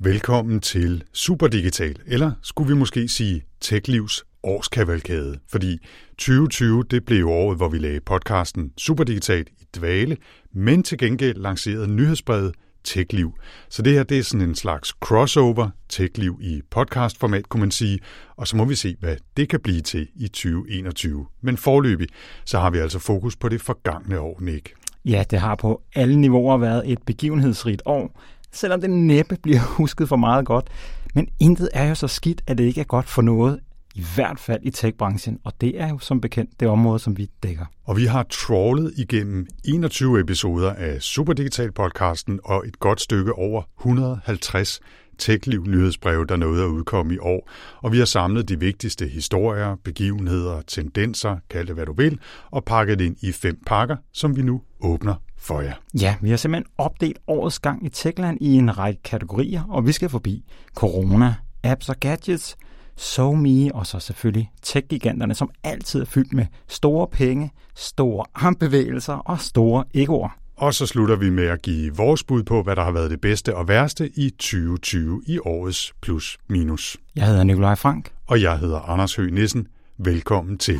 Velkommen til Superdigital, eller skulle vi måske sige TechLivs årskavalkade, fordi 2020 det blev året, hvor vi lagde podcasten Superdigital i dvale, men til gengæld lancerede nyhedsbrevet TechLiv. Så det her det er sådan en slags crossover TechLiv i podcastformat, kunne man sige, og så må vi se, hvad det kan blive til i 2021. Men foreløbig, så har vi altså fokus på det forgangne år, Nick. Ja, det har på alle niveauer været et begivenhedsrigt år, selvom det næppe bliver husket for meget godt. Men intet er jo så skidt, at det ikke er godt for noget, i hvert fald i tech-branchen, og det er jo som bekendt det område, som vi dækker. Og vi har trawlet igennem 21 episoder af Superdigital-podcasten og et godt stykke over 150 TechLiv-nyhedsbreve, der nåede at udkomme i år. Og vi har samlet de vigtigste historier, begivenheder, tendenser, kald det hvad du vil, og pakket ind i 5 pakker, som vi nu åbner for jer. Ja, vi har simpelthen opdelt årets gang i Techland i en række kategorier, og vi skal forbi corona, apps og gadgets, SoMe og så selvfølgelig tech-giganterne, som altid er fyldt med store penge, store armbevægelser og store egoer. Og så slutter vi med at give vores bud på, hvad der har været det bedste og værste i 2020 i årets plus minus. Jeg hedder Nikolaj Frank. Og jeg hedder Anders Høgh Nissen. Velkommen til.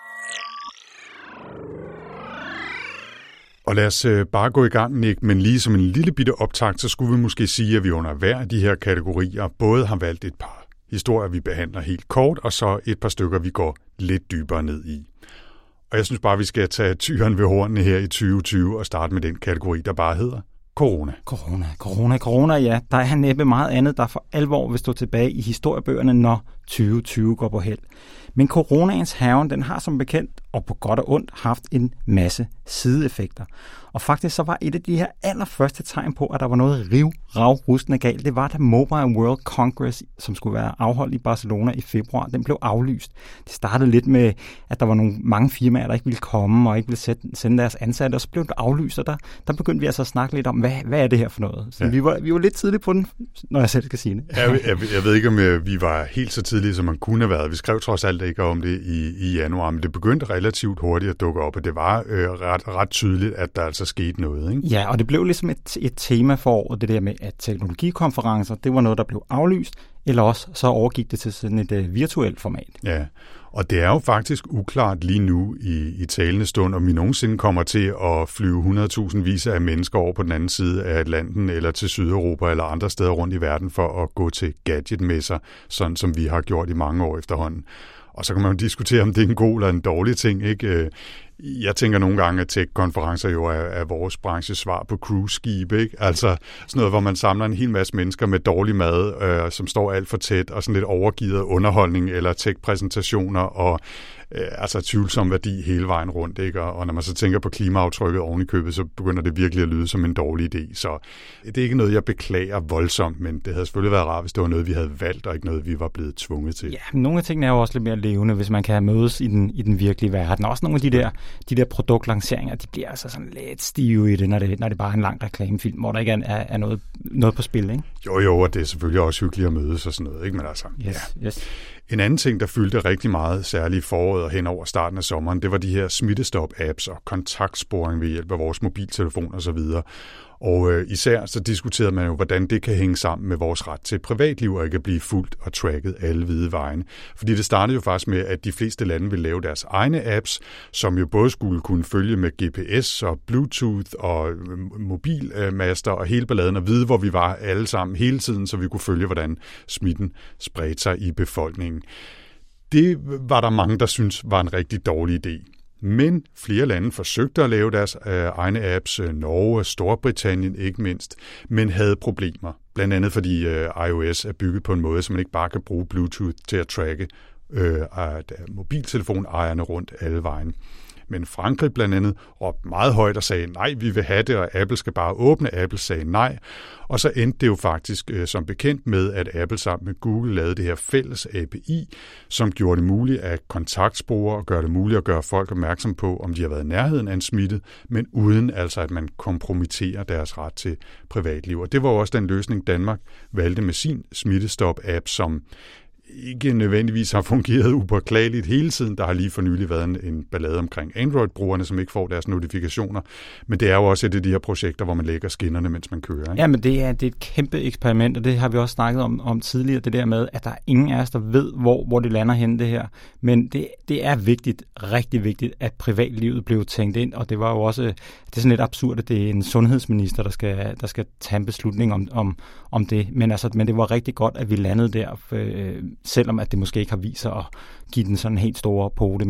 Og lad os bare gå i gang, Nick, men lige som en lille bitte optakt, så skulle vi måske sige, at vi under hver af de her kategorier både har valgt et par historier, vi behandler helt kort, og så et par stykker, vi går lidt dybere ned i. Og jeg synes bare, vi skal tage tyren ved hornene her i 2020 og starte med den kategori, der bare hedder corona. Corona, ja. Der er næppe meget andet, der for alvor vil stå tilbage i historiebøgerne, når 2020 går på held. Men coronaens hærgen, den har som bekendt, og på godt og ondt, haft en masse sideeffekter. Og faktisk så var et af de her allerførste tegn på, at der var noget rustende galt, det var da Mobile World Congress, som skulle være afholdt i Barcelona i februar, den blev aflyst. Det startede lidt med, at der var mange firmaer, der ikke ville komme og ikke ville sende deres ansatte, og så blev det aflyst, og der begyndte vi altså at snakke lidt om, hvad er det her for noget? Så vi var lidt tidligt på den, når jeg selv skal sige det. Jeg ved ikke, om vi var helt så tidlige, som man kunne have været. Vi skrev trods alt ikke om det i januar, men det begyndte relativt hurtigt at dukke op, og det var ret tydeligt, at der altså skete noget, ikke? Ja, og det blev ligesom et tema for året, det der med, at teknologikonferencer, det var noget, der blev aflyst, eller også så overgik det til sådan et virtuelt format. Ja, og det er jo faktisk uklart lige nu i talende stund, om vi nogensinde kommer til at flyve 100.000 vis af mennesker over på den anden side af Atlanten, eller til Sydeuropa, eller andre steder rundt i verden, for at gå til gadgetmesser, sådan som vi har gjort i mange år efterhånden. Og så kan man jo diskutere, om det er en god eller en dårlig ting, ikke? Jeg tænker nogle gange, at tech-konferencer jo er vores branches svar på cruise-skib, ikke? Altså sådan noget, hvor man samler en hel masse mennesker med dårlig mad, som står alt for tæt, og sådan lidt overgivet underholdning eller tech-præsentationer, og altså tvivlsom værdi hele vejen rundt, ikke? Og når man så tænker på klimaaftrykket oven i købet, så begynder det virkelig at lyde som en dårlig idé. Så det er ikke noget, jeg beklager voldsomt, men det havde selvfølgelig været rart, hvis det var noget, vi havde valgt, og ikke noget, vi var blevet tvunget til. Ja, men nogle af tingene er jo også lidt mere levende, hvis man kan mødes i den virkelige verden. Også nogle af de der produktlanceringer, de bliver altså sådan lidt stive i det, når det bare er en lang reklamefilm, hvor der ikke er noget på spil, ikke? Jo, og det er selvfølgelig også hyggeligt at mødes og sådan noget, ikke? Men altså, yes. En anden ting, der fyldte rigtig meget, særligt i foråret og hen over starten af sommeren, det var de her smittestop-apps og kontaktsporing ved hjælp af vores mobiltelefon osv. Og især så diskuterede man jo, hvordan det kan hænge sammen med vores ret til privatliv og ikke at blive fulgt og tracket alle hvide vegne. Fordi det startede jo faktisk med, at de fleste lande ville lave deres egne apps, som jo både skulle kunne følge med GPS og Bluetooth og mobilmaster og hele balladen og vide, hvor vi var alle sammen hele tiden, så vi kunne følge, hvordan smitten spredte sig i befolkningen. Det var der mange, der syntes var en rigtig dårlig idé. Men flere lande forsøgte at lave deres egne apps, Norge og Storbritannien ikke mindst, men havde problemer. Blandt andet fordi iOS er bygget på en måde, så man ikke bare kan bruge Bluetooth til at tracke mobiltelefonejerne rundt alle vejen. Men Frankrig blandt andet råbte meget højt og sagde, nej, vi vil have det, og Apple skal bare åbne. Apple sagde nej. Og så endte det jo faktisk som bekendt med, at Apple sammen med Google lavede det her fælles API, som gjorde det muligt at kontaktspore og gøre det muligt at gøre folk opmærksom på, om de har været i nærheden af en smittet, men uden altså, at man kompromitterer deres ret til privatliv. Og det var også den løsning, Danmark valgte med sin smittestop-app, som ikke nødvendigvis har fungeret upåklageligt hele tiden. Der har lige for nylig været en ballade omkring Android-brugerne, som ikke får deres notifikationer. Men det er jo også et af de her projekter, hvor man lægger skinnerne, mens man kører. Ikke? Ja, men det er et kæmpe eksperiment, og det har vi også snakket om tidligere, det der med, at der er ingen af os, der ved, hvor det lander hen, det her. Men det er vigtigt, rigtig vigtigt, at privatlivet blev tænkt ind, og det var jo også, det er sådan lidt absurd, at det er en sundhedsminister, der skal tage en beslutning om det. Men det var rigtig godt, at vi landede der, selvom at det måske ikke har vist sig at give den sådan helt store pote,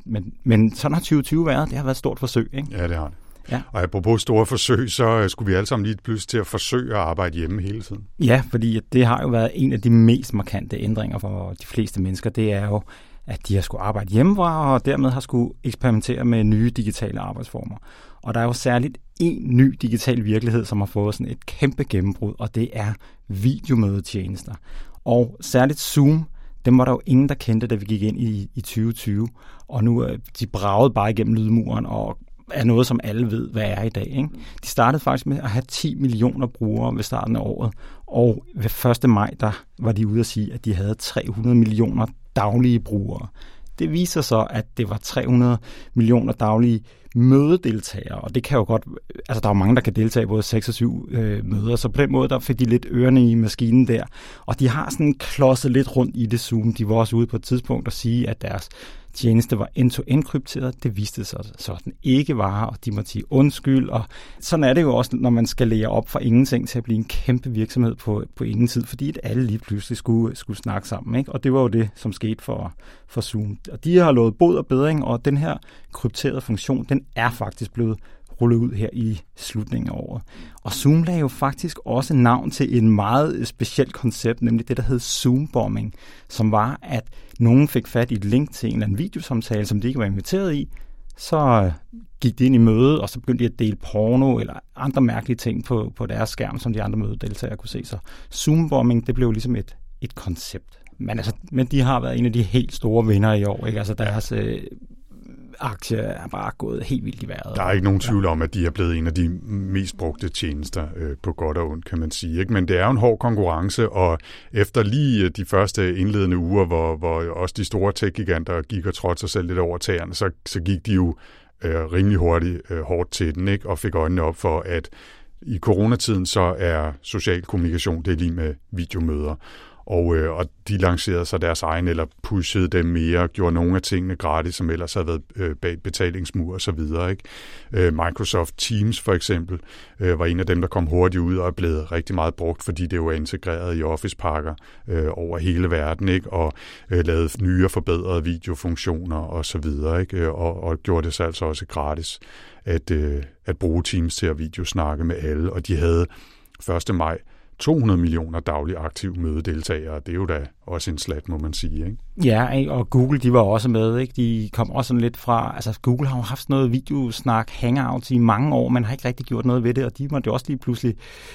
men sådan har 2020 været. Det har været et stort forsøg, ikke? Ja, det har det. Ja. Og apropos store forsøg, så skulle vi alle sammen lige pludselig til at forsøge at arbejde hjemme hele tiden. Ja, fordi det har jo været en af de mest markante ændringer for de fleste mennesker. Det er jo, at de har skulle arbejde hjemmefra, og dermed har skulle eksperimentere med nye digitale arbejdsformer. Og der er jo særligt en ny digital virkelighed, som har fået sådan et kæmpe gennembrud, og det er videomødetjenester. Og særligt Zoom, dem var der jo ingen, der kendte, da vi gik ind i 2020. Og nu de bragede bare igennem lydmuren og er noget, som alle ved, hvad er i dag. Ikke? De startede faktisk med at have 10 millioner brugere ved starten af året. Og ved 1. maj, der var de ude at sige, at de havde 300 millioner daglige brugere. Det viser så, at det var 300 millioner daglige mødedeltagere, og det kan jo godt, der er jo mange, der kan deltage både 6 og 7 møder, så på den måde, der fik de lidt ørerne i maskinen der, og de har sådan klodset lidt rundt i det Zoom. De var også ude på et tidspunkt at sige, at deres tjeneste var end-to-end krypteret. Det viste sig sådan ikke var, og de måtte sige undskyld, og sådan er det jo også, når man skal lære op fra ingenting til at blive en kæmpe virksomhed på ingen tid, fordi at alle lige pludselig skulle snakke sammen, ikke? Og det var jo det, som skete for Zoom. Og de har lovet bod og bedring, og den her krypterede funktion, den er faktisk blevet rullet ud her i slutningen af året. Og Zoom lagde jo faktisk også navn til en meget speciel koncept, nemlig det, der hed Zoom-bombing, som var, at nogen fik fat i et link til en eller anden videosamtale, som de ikke var inviteret i, så gik de ind i mødet, og så begyndte de at dele porno eller andre mærkelige ting på deres skærm, som de andre mødedeltagere kunne se. Så Zoom-bombing, det blev ligesom et koncept. Men de har været en af de helt store vinder i år, ikke? Altså deres aktie er bare gået helt vildt i vejret. Der er ikke nogen tvivl om, at de er blevet en af de mest brugte tjenester på godt og ondt, kan man sige. Ikke? Men det er jo en hård konkurrence, og efter lige de første indledende uger, hvor også de store tech-giganter gik og trådte sig selv lidt over tæerne, så gik de jo rimelig hurtigt hårdt til den, ikke? Og fik øjnene op for, at i coronatiden så er social kommunikation, det er lige med videomøder. Og de lancerede så deres egen, eller pushede dem mere, gjorde nogle af tingene gratis, som ellers havde været bag betalingsmur og så videre. Ikke? Microsoft Teams for eksempel var en af dem, der kom hurtigt ud og er blevet rigtig meget brugt, fordi det jo er integreret i Office-pakker over hele verden, ikke? Og lavede nye og forbedrede videofunktioner og så videre, ikke? Og gjorde det så altså også gratis at bruge Teams til at videosnakke med alle, og de havde 1. maj 200 millioner daglige aktive mødedeltagere. Det er jo da også en slat, må man sige, ikke? Ja, og Google, de var også med, ikke? De kom også sådan lidt fra, Google har jo haft sådan noget videosnak, hangouts i mange år, men har ikke rigtig gjort noget ved det, og de måtte jo også lige pludselig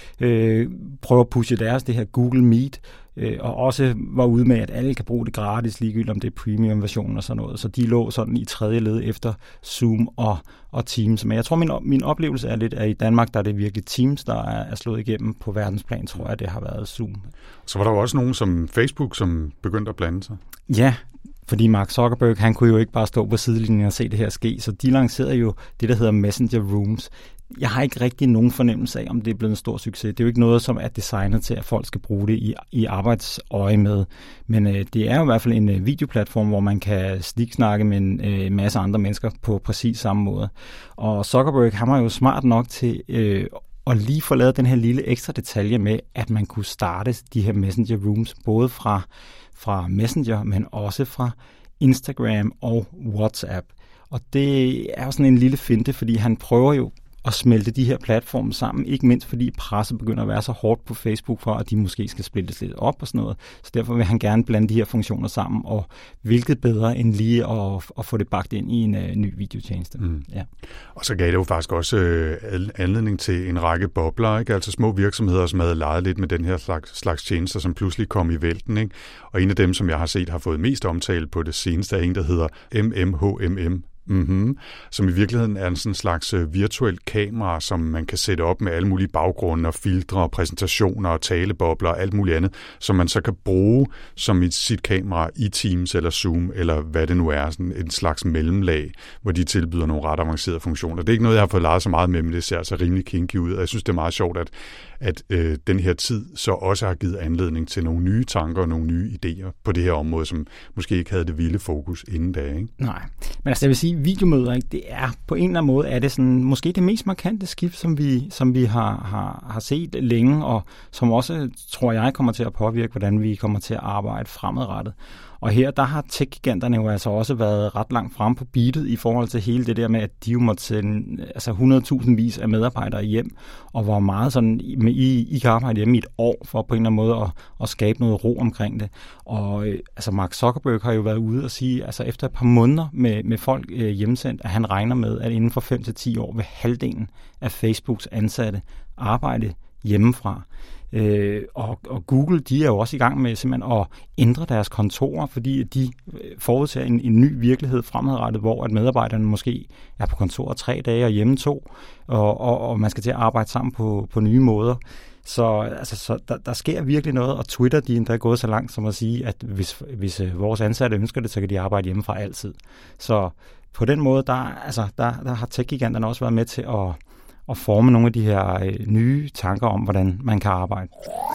prøve at pushe det her Google Meet, og også var ude med, at alle kan bruge det gratis, ligegyldigt om det er premium-version og sådan noget. Så de lå sådan i tredje led efter Zoom og Teams. Men jeg tror, min oplevelse er lidt, at i Danmark, der er det virkelig Teams, der er slået igennem på verdensplan, tror jeg, det har været Zoom. Så var der jo også nogen som Facebook, som begyndte at blande sig. Ja, fordi Mark Zuckerberg, han kunne jo ikke bare stå på sidelinjen og se det her ske, så de lancerede jo det, der hedder Messenger Rooms. Jeg har ikke rigtig nogen fornemmelse af, om det er blevet en stor succes. Det er jo ikke noget, som er designet til, at folk skal bruge det i arbejdsøje med. Men det er jo i hvert fald en videoplatform, hvor man kan sniksnakke med en masse andre mennesker på præcis samme måde. Og Zuckerberg, han var jo smart nok til at lige få lavet den her lille ekstra detalje med, at man kunne starte de her Messenger Rooms, både fra Messenger, men også fra Instagram og WhatsApp. Og det er jo sådan en lille finte, fordi han prøver jo at smelte de her platforme sammen, ikke mindst fordi presset begynder at være så hårdt på Facebook for, at de måske skal splittes lidt op og sådan noget. Så derfor vil han gerne blande de her funktioner sammen, og hvilket bedre end lige at få det bagt ind i en ny videotjeneste. Mm. Ja. Og så gav det jo faktisk også anledning til en række bobler, ikke? Altså små virksomheder, som havde leget lidt med den her slags tjenester, som pludselig kom i vælten, ikke? Og en af dem, som jeg har set har fået mest omtale på det seneste, er en, der hedder MMHMM. som i virkeligheden er en sådan slags virtuel kamera, som man kan sætte op med alle mulige baggrunde og filtre og præsentationer og talebobler og alt muligt andet, som man så kan bruge som sit kamera i Teams eller Zoom eller hvad det nu er, sådan en slags mellemlag, hvor de tilbyder nogle ret avancerede funktioner. Det er ikke noget, jeg har fået leget så meget med, men det ser altså rimelig kinky ud, og jeg synes, det er meget sjovt, at den her tid så også har givet anledning til nogle nye tanker og nogle nye idéer på det her område, som måske ikke havde det vilde fokus inden da, ikke? Nej, men altså jeg vil sige, videomøder, ikke, det er på en eller anden måde, er det sådan, måske det mest markante skift, som vi har set længe, og som også, tror jeg, kommer til at påvirke, hvordan vi kommer til at arbejde fremadrettet. Og her, der har tech-giganterne jo altså også været ret langt frem på beatet i forhold til hele det der med, at de jo måtte sende 100.000 af medarbejdere hjem, og hvor meget sådan, I kan arbejde hjemme i et år for på en eller anden måde at skabe noget ro omkring det. Og altså Mark Zuckerberg har jo været ude og sige, altså efter et par måneder med folk hjemsendt, at han regner med, at inden for 5 til 10 år vil halvdelen af Facebooks ansatte arbejde hjemmefra. Og Google, de er jo også i gang med simpelthen at ændre deres kontorer, fordi de forudser en ny virkelighed fremadrettet, hvor at medarbejderne måske er på kontor 3 dage og hjemme 2, og man skal til at arbejde sammen på nye måder. Så der sker virkelig noget, og Twitter, de er endda gået så langt som at sige, at hvis vores ansatte ønsker det, så kan de arbejde hjemmefra altid. Så på den måde, der har tech-giganterne også været med til at forme nogle af de her nye tanker om, hvordan man kan arbejde.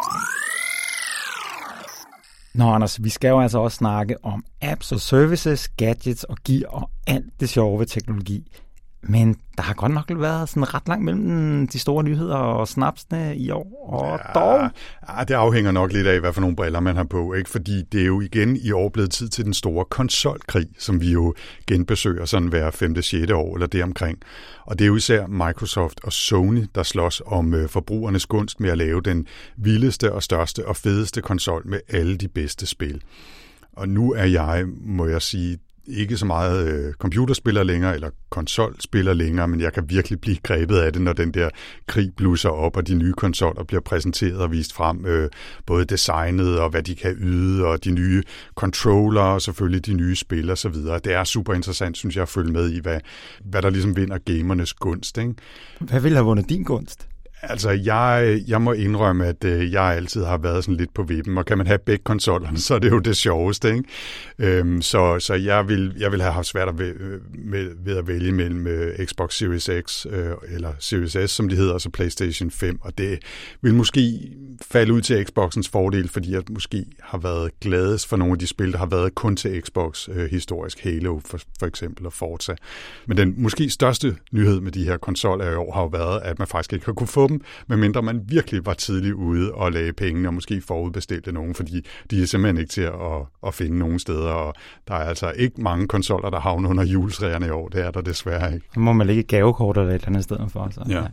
Nå, Anders, vi skal jo altså også snakke om apps og services, gadgets og gear og alt det sjove ved teknologi. Men der har godt nok været sådan ret langt mellem de store nyheder og snapsene i år. Og dog... Ja, det afhænger nok lidt af, hvad for nogle briller man har på, ikke? Fordi det er jo igen i år blevet tid til den store konsolkrig, som vi jo genbesøger sådan hver 5. 6. år eller deromkring. Og det er jo især Microsoft og Sony, der slås om forbrugernes gunst med at lave den vildeste og største og fedeste konsol med alle de bedste spil. Og nu er jeg, må jeg sige, ikke så meget computerspiller længere, eller konsolspiller længere, men jeg kan virkelig blive grebet af det, når den der krig blusser op, og de nye konsoller bliver præsenteret og vist frem, både designet og hvad de kan yde, og de nye controller, og selvfølgelig de nye spil og så videre. Det er super interessant, synes jeg, at følge med i, hvad der ligesom vinder gamernes gunst, ikke? Hvad ville have vundet din gunst? Altså, jeg må indrømme, at jeg altid har været sådan lidt på vippen, og kan man have begge konsollerne, så er det jo det sjoveste, ikke? Så jeg vil have haft svært ved at vælge mellem Xbox Series X eller Series S, som det hedder, og så PlayStation 5, og det vil måske falde ud til Xboxens fordel, fordi jeg måske har været gladest for nogle af de spil, der har været kun til Xbox historisk, Halo for eksempel, og Forza. Men den måske største nyhed med de her konsoller i år har jo været, at man faktisk ikke har kunne få dem, medmindre man virkelig var tidligt ude og lagde penge og måske forudbestilte nogen, fordi de er simpelthen ikke til at finde nogen steder, og der er altså ikke mange konsoller, der havner under juletræerne i år. Det er der desværre ikke. Så må man lægge gavekort eller et eller andet sted for. Så. Ja.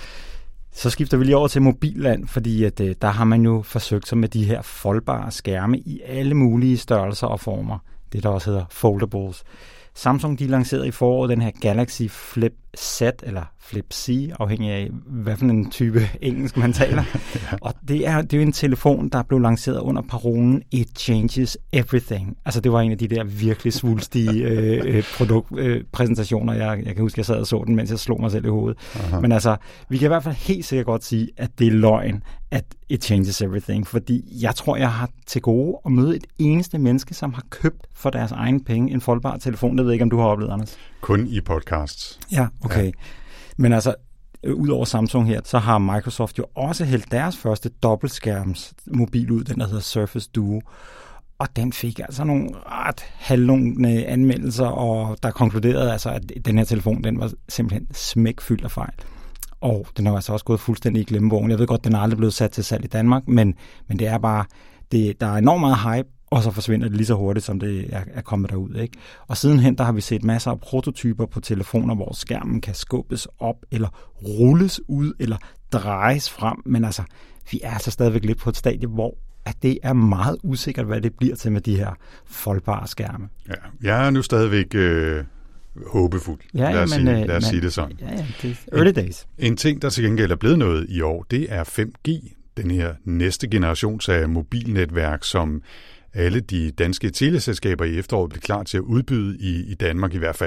Så skifter vi lige over til mobilland, fordi at, der har man jo forsøgt sig med de her foldbare skærme i alle mulige størrelser og former. Det der også hedder foldables. Samsung, de lancerede i foråret den her Galaxy Flip Z, eller Flip C, afhængig af, hvad for en type engelsk man taler. Ja. Og det er jo en telefon, der blev lanceret under parolen It Changes Everything. Altså, det var en af de der virkelig svulstige produktpræsentationer. Jeg kan huske, jeg sad og så den, mens jeg slog mig selv i hovedet. Aha. Men altså, vi kan i hvert fald helt sikkert godt sige, at det er løgn, at It Changes Everything. Fordi jeg tror, jeg har til gode at møde et eneste menneske, som har købt for deres egen penge en foldbar telefon. Det ved jeg ikke, om du har oplevet, Anders. Kun i podcasts. Ja, okay. Ja. Men altså, udover Samsung her, så har Microsoft jo også hældt deres første dobbeltskærms mobil ud, den der hedder Surface Duo. Og den fik altså nogle ret halvlungne anmeldelser, og der konkluderede altså, at den her telefon, den var simpelthen smækfyldt af fejl. Og den har altså også gået fuldstændig i glemmebogen. Jeg ved godt, den er aldrig blevet sat til salg i Danmark, men det er bare, der er enormt meget hype, og så forsvinder det lige så hurtigt, som det er kommet derud, ikke? Og sidenhen, der har vi set masser af prototyper på telefoner, hvor skærmen kan skubbes op, eller rulles ud, eller drejes frem. Men altså, vi er altså stadigvæk lidt på et stadie, hvor at det er meget usikkert, hvad det bliver til med de her foldbare skærme. Ja, jeg er nu stadigvæk håbefuld. Lad os sige det sådan. Ja, det er early days. En ting, der til gengæld er blevet noget i år, det er 5G. Den her næste generations af mobilnetværk, som alle de danske teleselskaber i efteråret blev klar til at udbyde i Danmark i hvert fald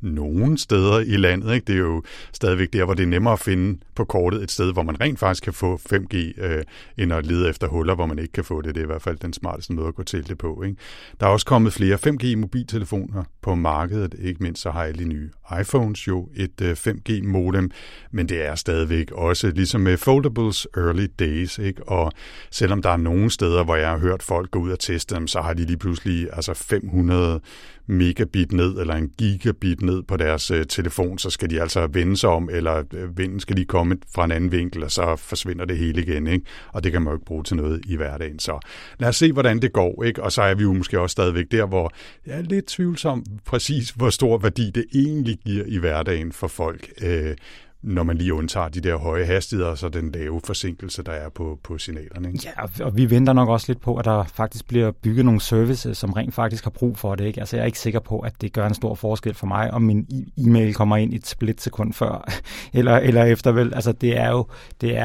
nogle steder i landet. Ikke? Det er jo stadigvæk der, hvor det er nemmere at finde på kortet et sted, hvor man rent faktisk kan få 5G, end at lede efter huller, hvor man ikke kan få det. Det er i hvert fald den smarteste måde at gå til det på. Ikke? Der er også kommet flere 5G-mobiltelefoner på markedet. Ikke mindst så har alle de nye iPhones jo et 5G-modem, men det er stadigvæk også ligesom med foldables early days. Ikke? Og selvom der er nogle steder, hvor jeg har hørt folk gå ud og teste dem, så har de lige pludselig 500 megabit ned eller en gigabit ned på deres telefon, så skal de altså vende sig om, eller vinden skal lige komme fra en anden vinkel, og så forsvinder det hele igen, ikke? Og det kan man jo ikke bruge til noget i hverdagen. Så lad os se, hvordan det går, ikke? Og så er vi jo måske også stadigvæk der, hvor jeg er lidt tvivlsom præcis, hvor stor værdi det egentlig giver i hverdagen for folk, når man lige undtager de der høje hastigheder, og så den lave forsinkelse, der er på signalerne. Ikke? Ja, og vi venter nok også lidt på, at der faktisk bliver bygget nogle services, som rent faktisk har brug for det. Ikke? Altså, jeg er ikke sikker på, at det gør en stor forskel for mig, om min e-mail kommer ind i et splitsekund før, eller efter vel. Altså, det er jo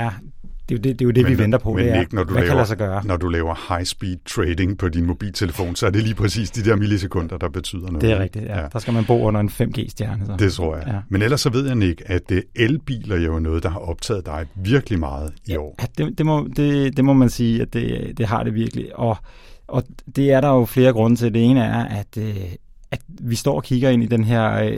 det, vi venter på. Men det er, ikke, når du laver high-speed trading på din mobiltelefon, så er det lige præcis de der millisekunder, der betyder noget. Det er rigtigt, ja. Der skal man bo under en 5G-stjerne. Så. Det tror jeg. Ja. Men ellers så ved jeg, Nick, at elbiler er jo noget, der har optaget dig virkelig meget i år. Ja, det må man sige, at det har det virkelig. Og det er der jo flere grunde til. Det ene er, at vi står og kigger ind i den her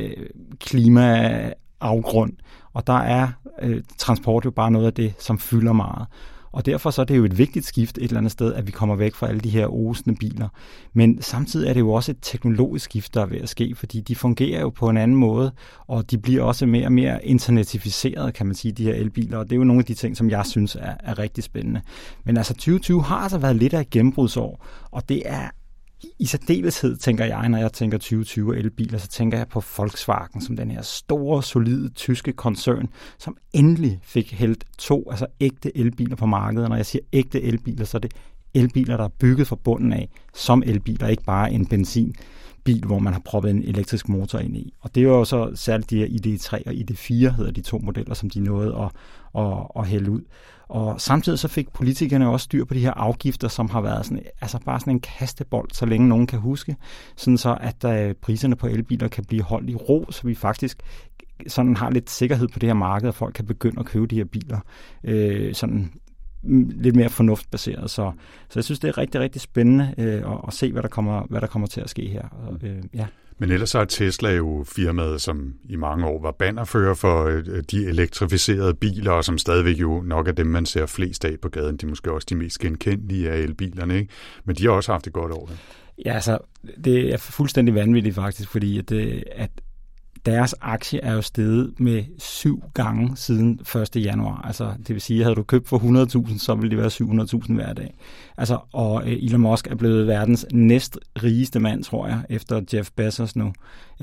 klimaafgrund, og der er transport jo bare noget af det, som fylder meget. Og derfor så er det jo et vigtigt skift et eller andet sted, at vi kommer væk fra alle de her osende biler. Men samtidig er det jo også et teknologisk skift, der er ved at ske, fordi de fungerer jo på en anden måde, og de bliver også mere og mere internetificeret, kan man sige, de her elbiler. Og det er jo nogle af de ting, som jeg synes er rigtig spændende. Men altså 2020 har altså været lidt af et gennembrudsår, og det er i særdeleshed, tænker jeg, når jeg tænker 2020 elbiler, så tænker jeg på Volkswagen som den her store, solide tyske koncern, som endelig fik hældt 2 ægte elbiler på markedet. Og når jeg siger ægte elbiler, så er det elbiler, der er bygget fra bunden af som elbiler, ikke bare en benzinbil, hvor man har proppet en elektrisk motor ind i. Og det er jo så særligt de her ID3 og ID4, hedder de 2 modeller, som de nåede at hælde ud. Og samtidig så fik politikerne også styr på de her afgifter, som har været bare sådan en kastebold, så længe nogen kan huske, sådan så at priserne på elbiler kan blive holdt i ro, så vi faktisk sådan har lidt sikkerhed på det her marked, og folk kan begynde at købe de her biler sådan lidt mere fornuftbaseret. Så jeg synes, det er rigtig, rigtig spændende at se, hvad der kommer til at ske her. Ja. Men ellers er Tesla jo firmaet, som i mange år var bannerfører for de elektrificerede biler, og som stadigvæk jo nok er dem, man ser flest af på gaden. De er måske også de mest genkendelige af elbilerne, ikke? Men de har også haft et godt år. Ja, altså, det er fuldstændig vanvittigt faktisk, fordi at deres aktie er jo steget med 7 gange siden 1. januar. Altså, det vil sige, at havde du købt for 100.000, så ville det være 700.000 hver dag. Altså, og Elon Musk er blevet verdens næst rigeste mand, tror jeg, efter Jeff Bezos nu.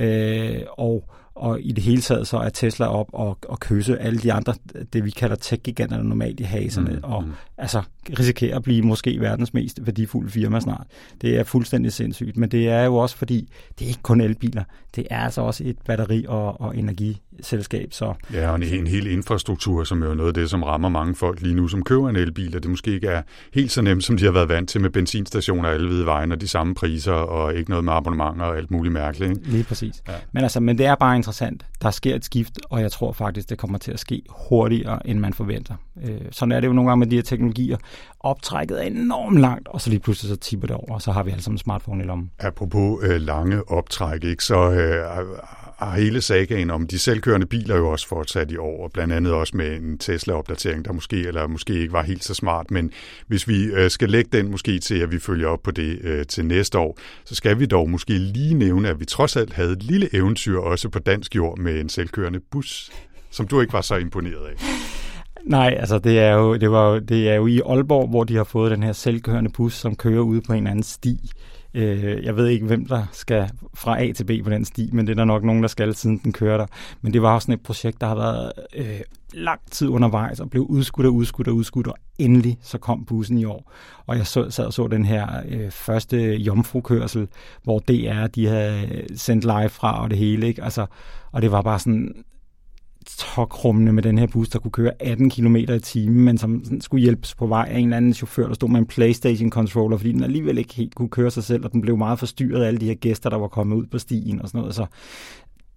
Og i det hele taget så er Tesla op og kysse alle de andre, det vi kalder tech-giganterne normalt i haserne, og altså risikerer at blive måske verdens mest værdifulde firma snart. Det er fuldstændig sindssygt, men det er jo også fordi, det er ikke kun elbiler, det er altså også et batteri- og energiselskab. Så. Ja, og en hel infrastruktur, som er jo noget af det, som rammer mange folk lige nu, som køber en elbil, og det måske ikke er helt så nemt, som de har været vant til med benzinstationer alle ved vejen, og de samme priser, og ikke noget med abonnementer og alt muligt mærkeligt. Ikke? Lige præcis. Ja. Men det er bare interessant. Der sker et skift, og jeg tror faktisk, det kommer til at ske hurtigere, end man forventer. Sådan er det jo nogle gange med de her teknologier. Optrækket er enormt langt, og så lige pludselig så tipper det over, og så har vi alle sammen en smartphone i lommen. Apropos lange optræk, ikke, så har hele sagaen om de selvkørende biler jo også fortsat i år, og blandt andet også med en Tesla-opdatering, der måske ikke var helt så smart, men hvis vi skal lægge den måske til, at vi følger op på det til næste år, så skal vi dog måske lige nævne, at vi trods alt havde et lille eventyr også på dansk jord med en selvkørende bus, som du ikke var så imponeret af. Nej, altså det er jo i Aalborg, hvor de har fået den her selvkørende bus, som kører ude på en anden sti. Jeg ved ikke, hvem der skal fra A til B på den sti, men det er der nok nogen, der skal, siden den kører der. Men det var også sådan et projekt, der har været lang tid undervejs og blev udskudt, og endelig så kom bussen i år. Og jeg sad og så den her første jomfrukørsel, hvor DR, de havde sendt live fra og det hele, ikke? Altså, og det var bare sådan tokrummende med den her bus, der kunne køre 18 km i timen, men som skulle hjælpes på vej af en eller anden chauffør, der stod med en PlayStation-controller, fordi den alligevel ikke helt kunne køre sig selv, og den blev meget forstyrret af alle de her gæster, der var kommet ud på stien og sådan noget. Så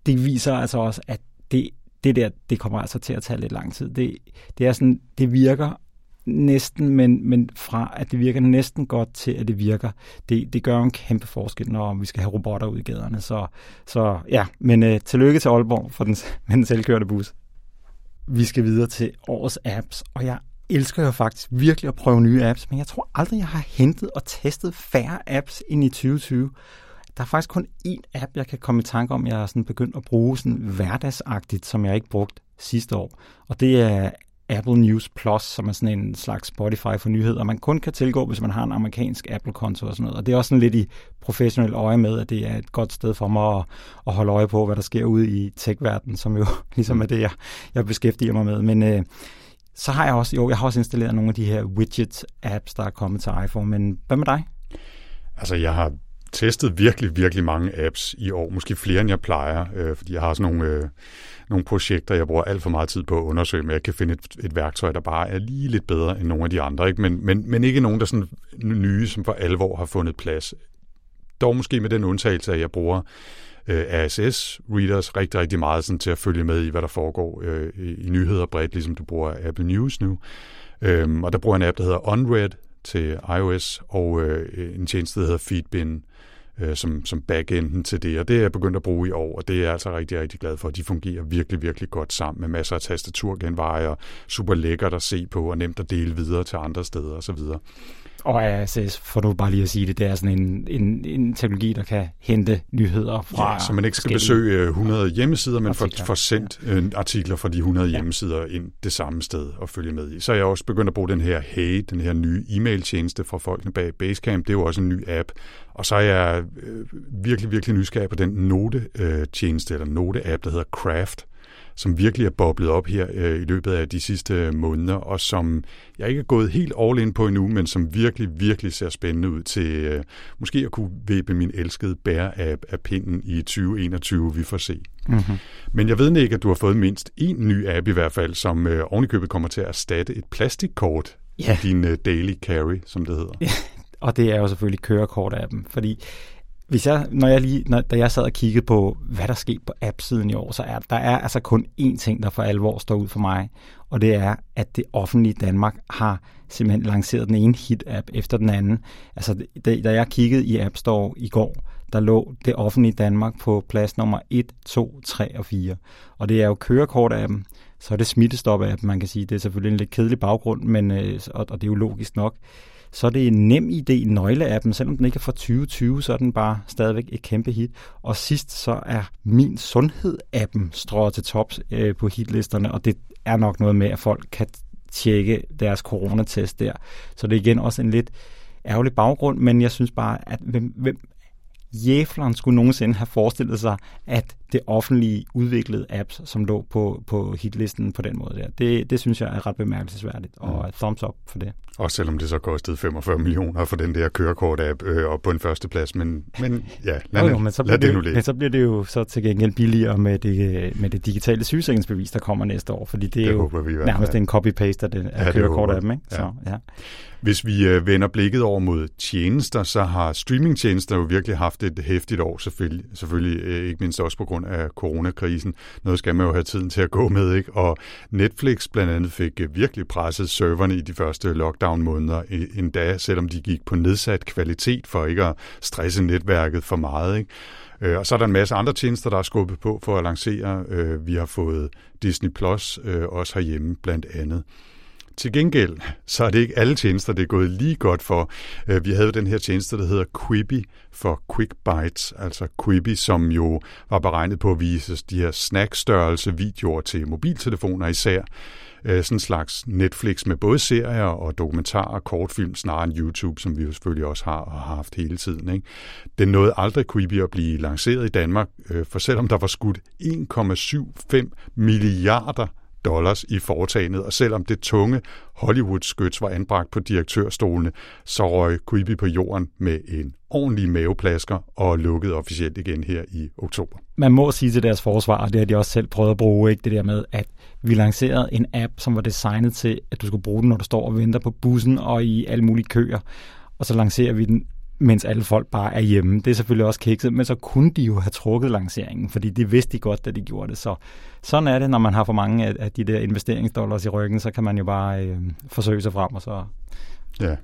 det viser altså også, at det der, det kommer altså til at tage lidt lang tid. Det er sådan, det virker næsten, men fra at det virker næsten godt til, at det virker, det gør en kæmpe forskel, når vi skal have robotter ud i gaderne. Så ja, men tillykke til Aalborg for den selvkørende bus. Vi skal videre til årets apps, og jeg elsker jo faktisk virkelig at prøve nye apps, men jeg tror aldrig, jeg har hentet og testet færre apps ind i 2020. Der er faktisk kun én app, jeg kan komme i tanke om, jeg har sådan begyndt at bruge sådan hverdagsagtigt, som jeg ikke brugt sidste år. Og det er Apple News Plus, som er sådan en slags Spotify for nyheder, man kun kan tilgå, hvis man har en amerikansk Apple-konto og sådan noget. Og det er også sådan lidt i professionel øje med, at det er et godt sted for mig at holde øje på, hvad der sker ude i tech-verdenen, som jo ligesom er det, jeg beskæftiger mig med. Men så har jeg også installeret nogle af de her widget-apps, der er kommet til iPhone. Men hvad med dig? Altså, jeg har testet virkelig, virkelig mange apps i år. Måske flere, end jeg plejer, fordi jeg har sådan nogle projekter, jeg bruger alt for meget tid på at undersøge, men jeg kan finde et værktøj, der bare er lige lidt bedre end nogle af de andre. Ikke? Men ikke nogen, der sådan nye, som for alvor har fundet plads. Dog måske med den undtagelse, at jeg bruger RSS-readers rigtig, rigtig meget sådan, til at følge med i, hvad der foregår i nyheder bredt, ligesom du bruger Apple News nu. Og der bruger jeg en app, der hedder Unread til iOS, og en tjeneste, der hedder Feedbin, som backenden til det, og det er jeg begyndt at bruge i år, og det er jeg altså rigtig, rigtig glad for. De fungerer virkelig, virkelig godt sammen med masser af tastaturgenveje og super lækkert at se på og nemt at dele videre til andre steder osv. Og RSS, for nu bare lige at sige det, det er sådan en teknologi, der kan hente nyheder fra... Ja, så man ikke skal besøge 100 hjemmesider, men får sendt artikler fra de 100 hjemmesider ind det samme sted og følge med i. Så er jeg også begyndt at bruge den her Hey, den her nye e-mail-tjeneste fra folkene bag Basecamp. Det er jo også en ny app. Og så er jeg virkelig, virkelig nysgerrig på den note-tjeneste, eller note-app, der hedder Craft, som virkelig er boblet op her i løbet af de sidste måneder, og som jeg ikke er gået helt all in på endnu, men som virkelig, virkelig ser spændende ud til måske at kunne vippe min elskede Bear-app af pinden i 2021, vi får se. Mm-hmm. Men jeg ved ikke, at du har fået mindst en ny app i hvert fald, som ovenikøbet kommer til at erstatte et plastikkort i din daily carry, som det hedder. Ja, og det er jo selvfølgelig kørekort-appen, fordi da jeg sad og kiggede på, hvad der skete på app-siden i år, så der er altså kun én ting, der for alvor står ud for mig, og det er, at det offentlige Danmark har simpelthen lanceret den ene hit-app efter den anden. Altså, da jeg kiggede i App Store i går, der lå det offentlige Danmark på plads nummer 1, 2, 3 og 4. Og det er jo kørekort-appen, så er det smittestop-appen, man kan sige. Det er selvfølgelig en lidt kedelig baggrund, men, og det er jo logisk nok. Så er det NemID nøgleappen, selvom den ikke er fra 2020, så er den bare stadigvæk et kæmpe hit. Og sidst så er Min Sundhed-appen strøget til tops på hitlisterne, og det er nok noget med, at folk kan tjekke deres coronatest der. Så det er igen også en lidt ærgerlig baggrund, men jeg synes bare, at hvem jævleren skulle nogensinde have forestillet sig, at det offentlige udviklede apps, som lå på hitlisten på den måde der. Det synes jeg er ret bemærkelsesværdigt, og thumbs up for det. Også selvom det så kostede 45 millioner for den der kørekort-app op på en førsteplads, men ja, lad det nu ligge. Men så bliver det jo så til gengæld billigere med det digitale sygesikringsbevis, der kommer næste år, fordi det er jo nærmest en copy-paste af kørekort-appen, ikke? Så, ja. Hvis vi vender blikket over mod tjenester, så har streamingtjenester jo virkelig haft et hæftigt år, selvfølgelig ikke mindst også på grund af coronakrisen. Noget skal man jo have tiden til at gå med, ikke? Og Netflix blandt andet fik virkelig presset serverne i de første lockdown-måneder, endda selvom de gik på nedsat kvalitet for ikke at stresse netværket for meget, ikke? Og så er der en masse andre tjenester, der er skubbet på for at lancere. Vi har fået Disney Plus også herhjemme blandt andet. Til gengæld, så er det ikke alle tjenester, det er gået lige godt for. Vi havde jo den her tjeneste, der hedder Quibi for Quick Bites, altså Quibi, som jo var beregnet på at vise de her snackstørrelse videoer til mobiltelefoner især. Sådan en slags Netflix med både serier og dokumentarer og kortfilm, snarere end YouTube, som vi jo selvfølgelig også har og har haft hele tiden, ikke? Den nåede aldrig Quibi at blive lanceret i Danmark, for selvom der var skudt 1,75 milliarder dollars i foretagendet, og selvom det tunge Hollywood-skyts var anbragt på direktørstolene, så røg Quibi på jorden med en ordentlig maveplasker og lukkede officielt igen her i oktober. Man må sige til deres forsvar, og det har de også selv prøvet at bruge, ikke, det der med, at vi lancerede en app, som var designet til, at du skulle bruge den, når du står og venter på bussen og i alle mulige køer, og så lancerer vi den mens alle folk bare er hjemme. Det er selvfølgelig også kikset, men så kunne de jo have trukket lanceringen, fordi det vidste de godt, da de gjorde det. Så sådan er det, når man har for mange af de der investeringsdollars i ryggen, så kan man jo bare forsøge sig frem, og så... Ja.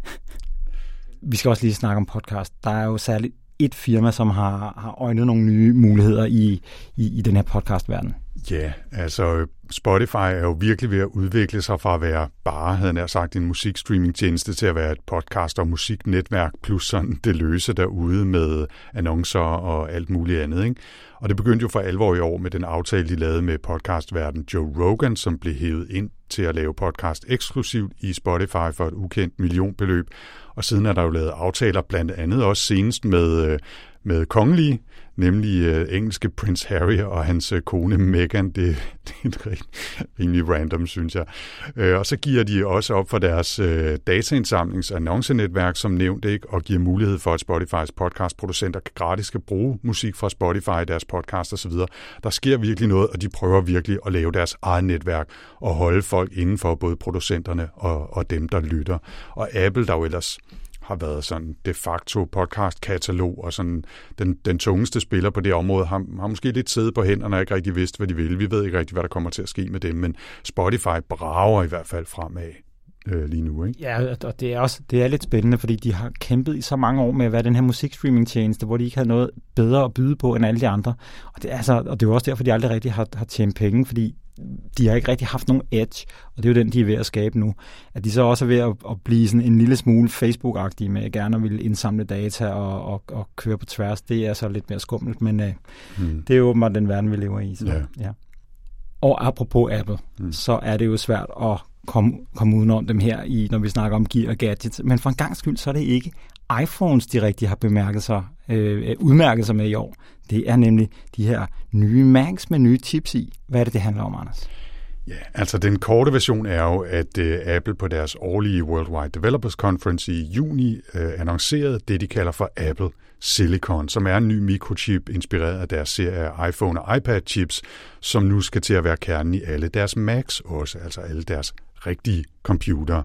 Vi skal også lige snakke om podcast. Der er jo særligt et firma, som har øjnet nogle nye muligheder i den her podcastverden. Ja, altså Spotify er jo virkelig ved at udvikle sig fra at være bare, havde jeg sagt, en musikstreamingtjeneste til at være et podcast- og musiknetværk, plus sådan det løse derude med annoncer og alt muligt andet, ikke? Og det begyndte jo for alvor i år med den aftale, de lavede med podcastverden Joe Rogan, som blev hævet ind til at lave podcast eksklusivt i Spotify for et ukendt millionbeløb. Og siden er der jo lavet aftaler blandt andet også senest med kongelige, nemlig engelske Prince Harry og hans kone Meghan. Det er rimelig random, synes jeg. Og så giver de også op for deres dataindsamlings- og annoncenetværk, som nævnt, ikke, og giver mulighed for, at Spotifys podcastproducenter gratis skal bruge musik fra Spotify i deres podcast osv. Der sker virkelig noget, og de prøver virkelig at lave deres eget netværk og holde folk indenfor, både producenterne og dem, der lytter. Og Apple, der jo ellers har været sådan de facto podcast-katalog, og sådan den tungeste spiller på det område, har måske lidt siddet på hænderne og ikke rigtig vidst, hvad de vil. Vi ved ikke rigtig, hvad der kommer til at ske med dem, men Spotify brager i hvert fald fremad lige nu, ikke? Ja, og det er lidt spændende, fordi de har kæmpet i så mange år med at være den her musikstreaming-tjeneste, hvor de ikke havde noget bedre at byde på end alle de andre. Og det er jo også derfor, de aldrig rigtig har tjent penge, fordi de har ikke rigtig haft nogen edge, og det er jo den, de er ved at skabe nu. At de så også er ved at blive sådan en lille smule Facebook-agtige med at gerne vil indsamle data og køre på tværs, det er så lidt mere skummelt, men det er jo åbenbart den verden, vi lever i. Så, ja. Og apropos Apple, så er det jo svært at komme udenom dem her, når vi snakker om gear og gadgets, men for en gang skyld, så er det ikke iPhones, de rigtig har udmærket sig med i år. Det er nemlig de her nye Macs med nye chips i. Hvad er det handler om, Anders? Ja, altså den korte version er jo, at Apple på deres årlige Worldwide Developers Conference i juni annoncerede det, de kalder for Apple Silicon, som er en ny mikrochip inspireret af deres serie af iPhone og iPad-chips, som nu skal til at være kernen i alle deres Macs også, altså alle deres rigtige computere.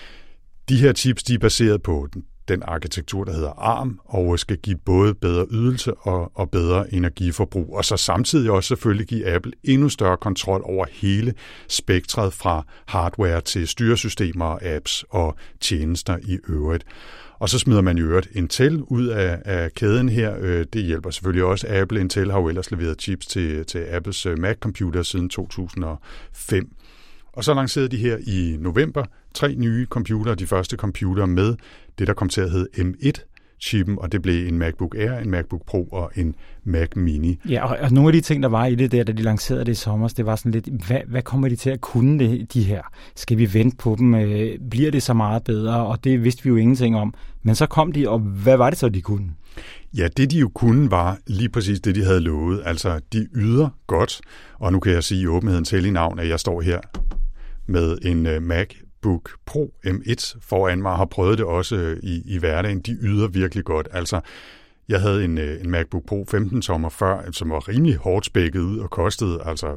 De her chips, de er baseret på den arkitektur, der hedder ARM, og skal give både bedre ydelse og bedre energiforbrug, og så samtidig også selvfølgelig give Apple endnu større kontrol over hele spektret fra hardware til styresystemer, apps og tjenester i øvrigt. Og så smider man i øvrigt Intel ud af kæden her. Det hjælper selvfølgelig også Apple. Intel har jo ellers leveret chips til Apples Mac-computer siden 2005. Og så lancerede de her i november 3 nye computere, de første computere med det, der kom til at hedde M1-chippen, og det blev en MacBook Air, en MacBook Pro og en Mac Mini. Ja, og nogle af de ting, der var i det der, da de lancerede det i sommer, det var sådan lidt, hvad kommer de til at kunne de her? Skal vi vente på dem? Bliver det så meget bedre? Og det vidste vi jo ingenting om. Men så kom de, og hvad var det så, de kunne? Ja, det de jo kunne var lige præcis det, de havde lovet. Altså, de yder godt, og nu kan jeg sige i åbenhedens hellige navn, at jeg står her med en MacBook Pro M1 foran mig og har prøvet det også i hverdagen. De yder virkelig godt. Altså, jeg havde en MacBook Pro 15-tommer før, som var rimelig hårdt spækket ud og kostede altså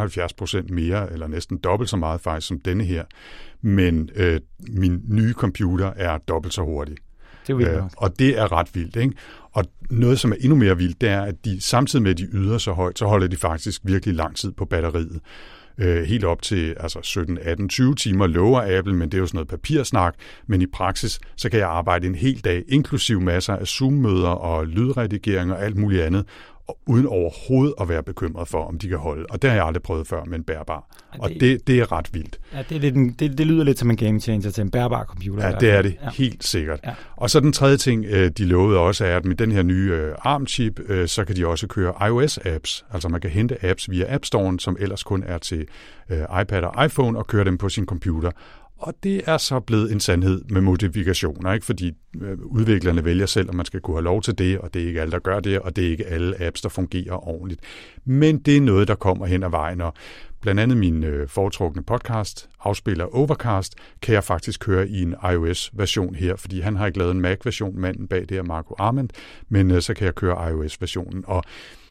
75% mere, eller næsten dobbelt så meget faktisk som denne her. Men min nye computer er dobbelt så hurtig. Det er vildt. Og det er ret vildt, ikke? Og noget, som er endnu mere vildt, det er, at de samtidig med, at de yder så højt, så holder de faktisk virkelig lang tid på batteriet. Helt op til 17, 18, 20 timer lover Apple, men det er jo sådan noget papirsnak. Men i praksis, så kan jeg arbejde en hel dag, inklusiv masser af Zoom-møder og lydredigering og alt muligt andet, og uden overhovedet at være bekymret for, om de kan holde. Og det har jeg aldrig prøvet før med en bærbar. Og det er ret vildt. Ja, det lyder lidt som en game changer til en bærbar computer. Ja, det er det. Ja. Helt sikkert. Ja. Og så den tredje ting, de lovede også, er, at med den her nye ARM-chip, så kan de også køre iOS-apps. Altså man kan hente apps via App Store'en, som ellers kun er til iPad og iPhone, og køre dem på sin computer. Og det er så blevet en sandhed med modifikationer, ikke? Fordi udviklerne vælger selv, om man skal kunne have lov til det, og det er ikke alle, der gør det, og det er ikke alle apps, der fungerer ordentligt. Men det er noget, der kommer hen ad vejen, og blandt andet min foretrukne podcast, afspiller Overcast, kan jeg faktisk køre i en iOS-version her, fordi han har ikke lavet en Mac-version, manden bag det her Marco Arment, men så kan jeg køre iOS-versionen, og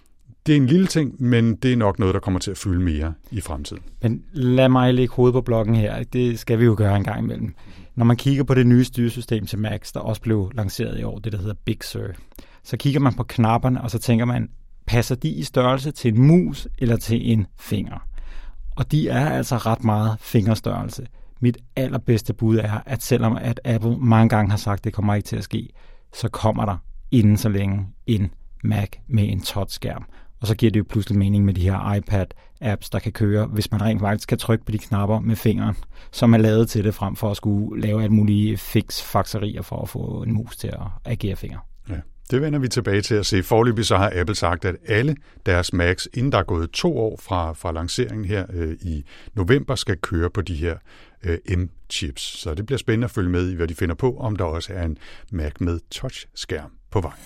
Det er en lille ting, men det er nok noget, der kommer til at fylde mere i fremtiden. Men lad mig lægge hovedet på blokken her. Det skal vi jo gøre en gang imellem. Når man kigger på det nye styresystem til Macs, der også blev lanceret i år, det der hedder Big Sur, så kigger man på knapperne, og så tænker man, passer de i størrelse til en mus eller til en finger? Og de er altså ret meget fingerstørrelse. Mit allerbedste bud er, at selvom at Apple mange gange har sagt, at det kommer ikke til at ske, så kommer der inden så længe en Mac med en touchskærm. Og så giver det jo pludselig mening med de her iPad-apps, der kan køre, hvis man rent faktisk kan trykke på de knapper med fingeren, som er lavet til det, frem for at skulle lave alt mulige fix-fakserier for at få en mus til at agere finger. Ja, det vender vi tilbage til at se. Foreløbig så har Apple sagt, at alle deres Macs, inden der er gået 2 år fra lanceringen her i november, skal køre på de her M-chips. Så det bliver spændende at følge med i, hvad de finder på, om der også er en Mac med touchskærm på vej.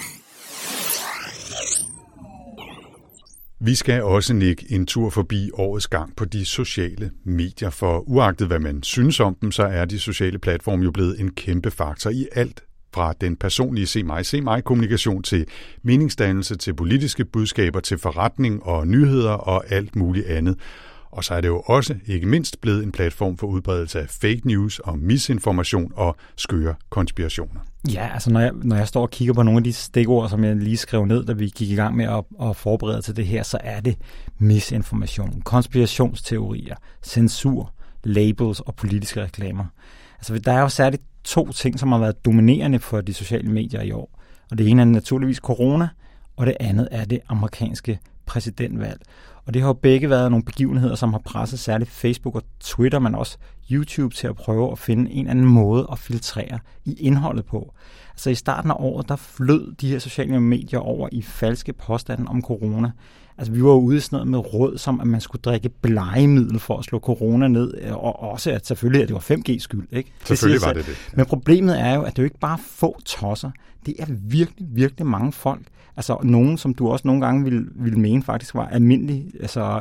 Vi skal også nikke en tur forbi årets gang på de sociale medier, for uagtet hvad man synes om dem, så er de sociale platforme jo blevet en kæmpe faktor i alt fra den personlige se mig kommunikation til meningsdannelse, til politiske budskaber, til forretning og nyheder og alt muligt andet. Og så er det jo også ikke mindst blevet en platform for udbredelse af fake news og misinformation og skøre konspirationer. Ja, altså når jeg står og kigger på nogle af de stikord, som jeg lige skrev ned, da vi gik i gang med at forberede til det her, så er det misinformation, konspirationsteorier, censur, labels og politiske reklamer. Altså der er jo særligt 2 ting, som har været dominerende for de sociale medier i år. Og det ene er naturligvis corona, og det andet er det amerikanske præsidentvalg. Og det har jo begge været nogle begivenheder, som har presset særligt Facebook og Twitter, men også YouTube til at prøve at finde en anden måde at filtrere i indholdet på. Altså i starten af året, der flød de her sociale medier over i falske påstande om corona. Altså vi var jo ude i sådan noget med råd, som at man skulle drikke blegemiddel for at slå corona ned, og også at selvfølgelig, at det var 5G skyld, ikke? Selvfølgelig var det det. Ja. Men problemet er jo, at det jo ikke bare få tosser. Det er virkelig, virkelig mange folk. Altså nogen, som du også nogle gange ville mene faktisk var almindelige, altså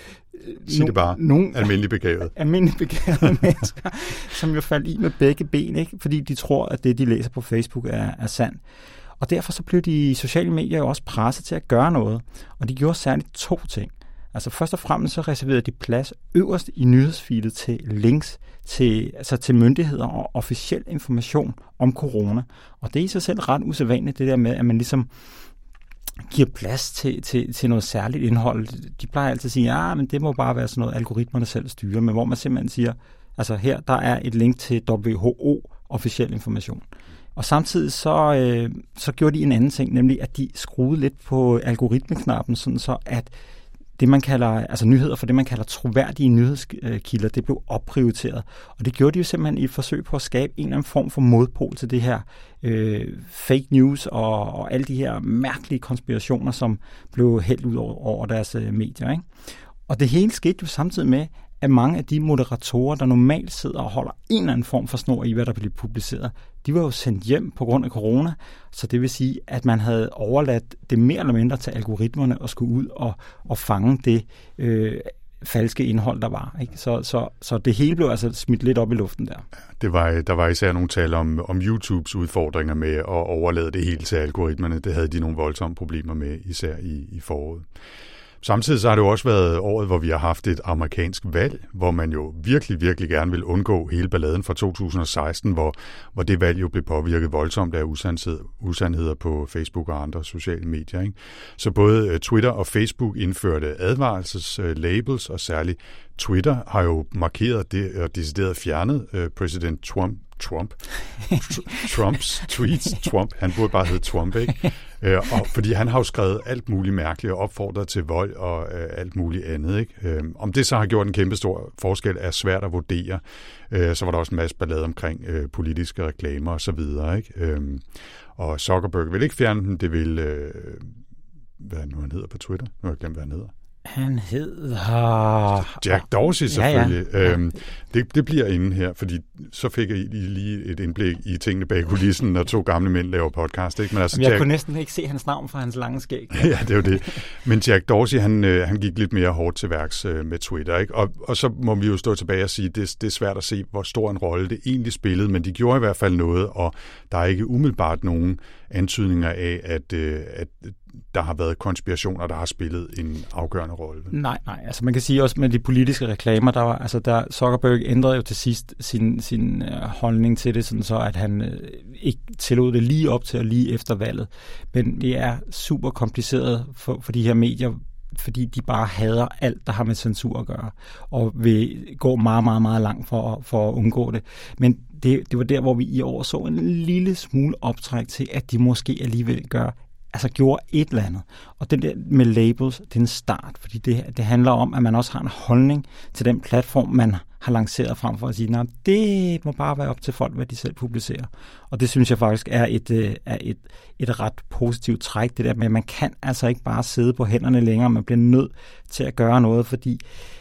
sig det bare. Almindelig begavet. Almindelig begavede mennesker, som jo faldt i med begge ben, ikke? Fordi de tror, at det, de læser på Facebook, er sandt. Og derfor så blev de sociale medier jo også presset til at gøre noget. Og de gjorde særligt 2 ting. Altså først og fremmest så reserverede de plads øverst i nyhedsfeedet til links til myndigheder og officiel information om corona. Og det er i sig selv ret usædvanligt, det der med, at man ligesom giver plads til noget særligt indhold. De plejer altid at sige, men det må bare være sådan noget, algoritmerne selv styrer, men hvor man simpelthen siger, altså her, der er et link til WHO officiel information. Og samtidig så gjorde de en anden ting, nemlig at de skruede lidt på algoritmeknappen, sådan så at det man kalder, altså nyheder for det man kalder troværdige nyhedskilder, det blev opprioriteret. Og det gjorde de jo simpelthen i et forsøg på at skabe en eller anden form for modpol til det her fake news og alle de her mærkelige konspirationer, som blev hældt ud over deres medier, ikke? Og det hele skete jo samtidig med, at mange af de moderatorer, der normalt sidder og holder en eller anden form for snor i, hvad der bliver publiceret, de var jo sendt hjem på grund af corona, så det vil sige, at man havde overladt det mere eller mindre til algoritmerne og skulle ud og fange det falske indhold, der var, ikke? Så det hele blev altså smidt lidt op i luften der. Der var især nogle tal om YouTubes udfordringer med at overlade det hele til algoritmerne. Det havde de nogle voldsomme problemer med, især i foråret. Samtidig så har det jo også været året, hvor vi har haft et amerikansk valg, hvor man jo virkelig, virkelig gerne vil undgå hele balladen fra 2016, hvor det valg jo blev påvirket voldsomt af usandheder på Facebook og andre sociale medier, ikke? Så både Twitter og Facebook indførte advarelseslabels, og særligt Twitter har jo markeret det og decideret fjernet præsident Trumps tweets. Han burde bare hedde Trump, ikke? Og fordi han har jo skrevet alt muligt mærkeligt og opfordret til vold og alt muligt andet, ikke? Om det så har gjort en kæmpe stor forskel, er svært at vurdere. Så var der også en masse ballade omkring politiske reklamer og så videre, ikke? Og Zuckerberg vil ikke fjerne dem, det vil hvad nu han hedder på Twitter? Nu har jeg glemt, hvad han hedder. Han hedder... Jack Dorsey selvfølgelig. Ja. Det bliver inde her, fordi så fik jeg lige et indblik i tingene bag kulissen, når 2 gamle mænd laver podcast. Ikke? Men altså, jeg kunne næsten ikke se hans navn fra hans lange skæg. Ja, det er jo det. Men Jack Dorsey, han gik lidt mere hårdt til værks med Twitter. Ikke? Og så må vi jo stå tilbage og sige, det er svært at se, hvor stor en rolle det egentlig spillede, men de gjorde i hvert fald noget, og der er ikke umiddelbart nogen antydninger af, at der har været konspirationer, der har spillet en afgørende rolle. Nej, altså man kan sige også med de politiske reklamer, der Zuckerberg ændrede jo til sidst sin holdning til det, sådan så at han ikke tillod det lige op til og lige efter valget. Men det er super kompliceret for de her medier, fordi de bare hader alt, der har med censur at gøre, og vil gå meget, meget, meget langt for at undgå det. Men det var der, hvor vi i år så en lille smule optræk til, at de måske alligevel gjorde et eller andet. Og det der med labels, det er en start, fordi det handler om, at man også har en holdning til den platform, man har lanceret frem for at sige, nej, det må bare være op til folk, hvad de selv publicerer. Og det synes jeg faktisk er et ret positivt træk, det der med, at man kan altså ikke bare sidde på hænderne længere, man bliver nødt til at gøre noget, fordi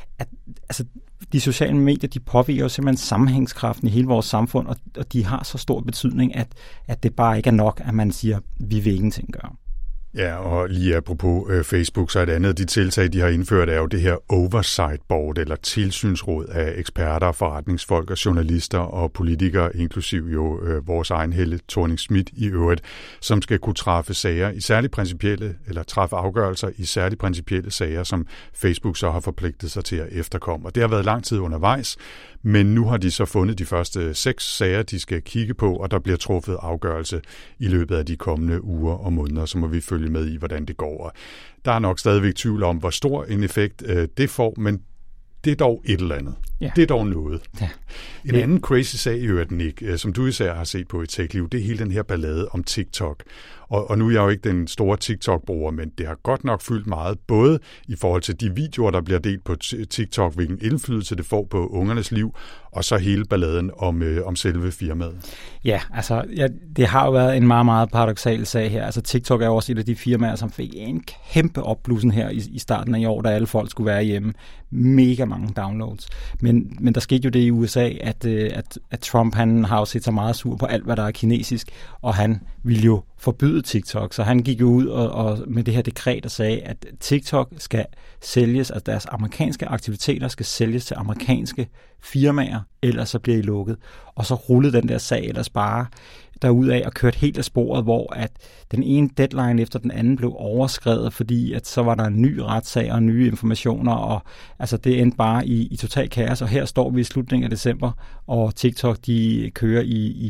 de sociale medier, de påvirker jo simpelthen sammenhængskraften i hele vores samfund, og de har så stor betydning, at det bare ikke er nok, at man siger, vi vil ingenting gøre. Ja, og lige apropos Facebook, så et andet af de tiltag, de har indført, er jo det her oversight board, eller tilsynsråd af eksperter, forretningsfolk og journalister og politikere, inklusiv jo vores egen Helle Thorning-Schmidt i øvrigt, som skal kunne træffe sager i særligt principielle, eller træffe afgørelser i særligt principielle sager, som Facebook så har forpligtet sig til at efterkomme. Og det har været lang tid undervejs, men nu har de så fundet de første 6 sager, de skal kigge på, og der bliver truffet afgørelse i løbet af de kommende uger og måneder, så må vi følge med i, hvordan det går. Der er nok stadigvæk tvivl om, hvor stor en effekt det får, men det er dog et eller andet. Ja. Det er dog noget. Ja. En anden crazy sag i øvrigt, Nick, som du især har set på i TechLiv, det er hele den her ballade om TikTok. Og nu er jeg jo ikke den store TikTok-bruger, men det har godt nok fyldt meget, både i forhold til de videoer, der bliver delt på TikTok, hvilken indflydelse det får på ungernes liv, og så hele balladen om selve firmaet. Ja, det har jo været en meget, meget paradoksal sag her. Altså TikTok er også et af de firmaer, som fik en kæmpe opblussen her i starten af i år, da alle folk skulle være hjemme. Mega mange downloads. Men der skete jo det i USA, at Trump, han har jo set så meget sur på alt, hvad der er kinesisk, og han ville jo forbyde TikTok. Så han gik jo ud og med det her dekret og sagde, at TikTok skal sælges, at deres amerikanske aktiviteter skal sælges til amerikanske firmaer, ellers så bliver I lukket. Og så rullede den der sag ellers bare derudad og kørte helt af sporet, hvor at den ene deadline efter den anden blev overskredet, fordi at så var der en ny retssag og nye informationer, og altså det endte bare i total kaos, og her står vi i slutningen af december, og TikTok, de kører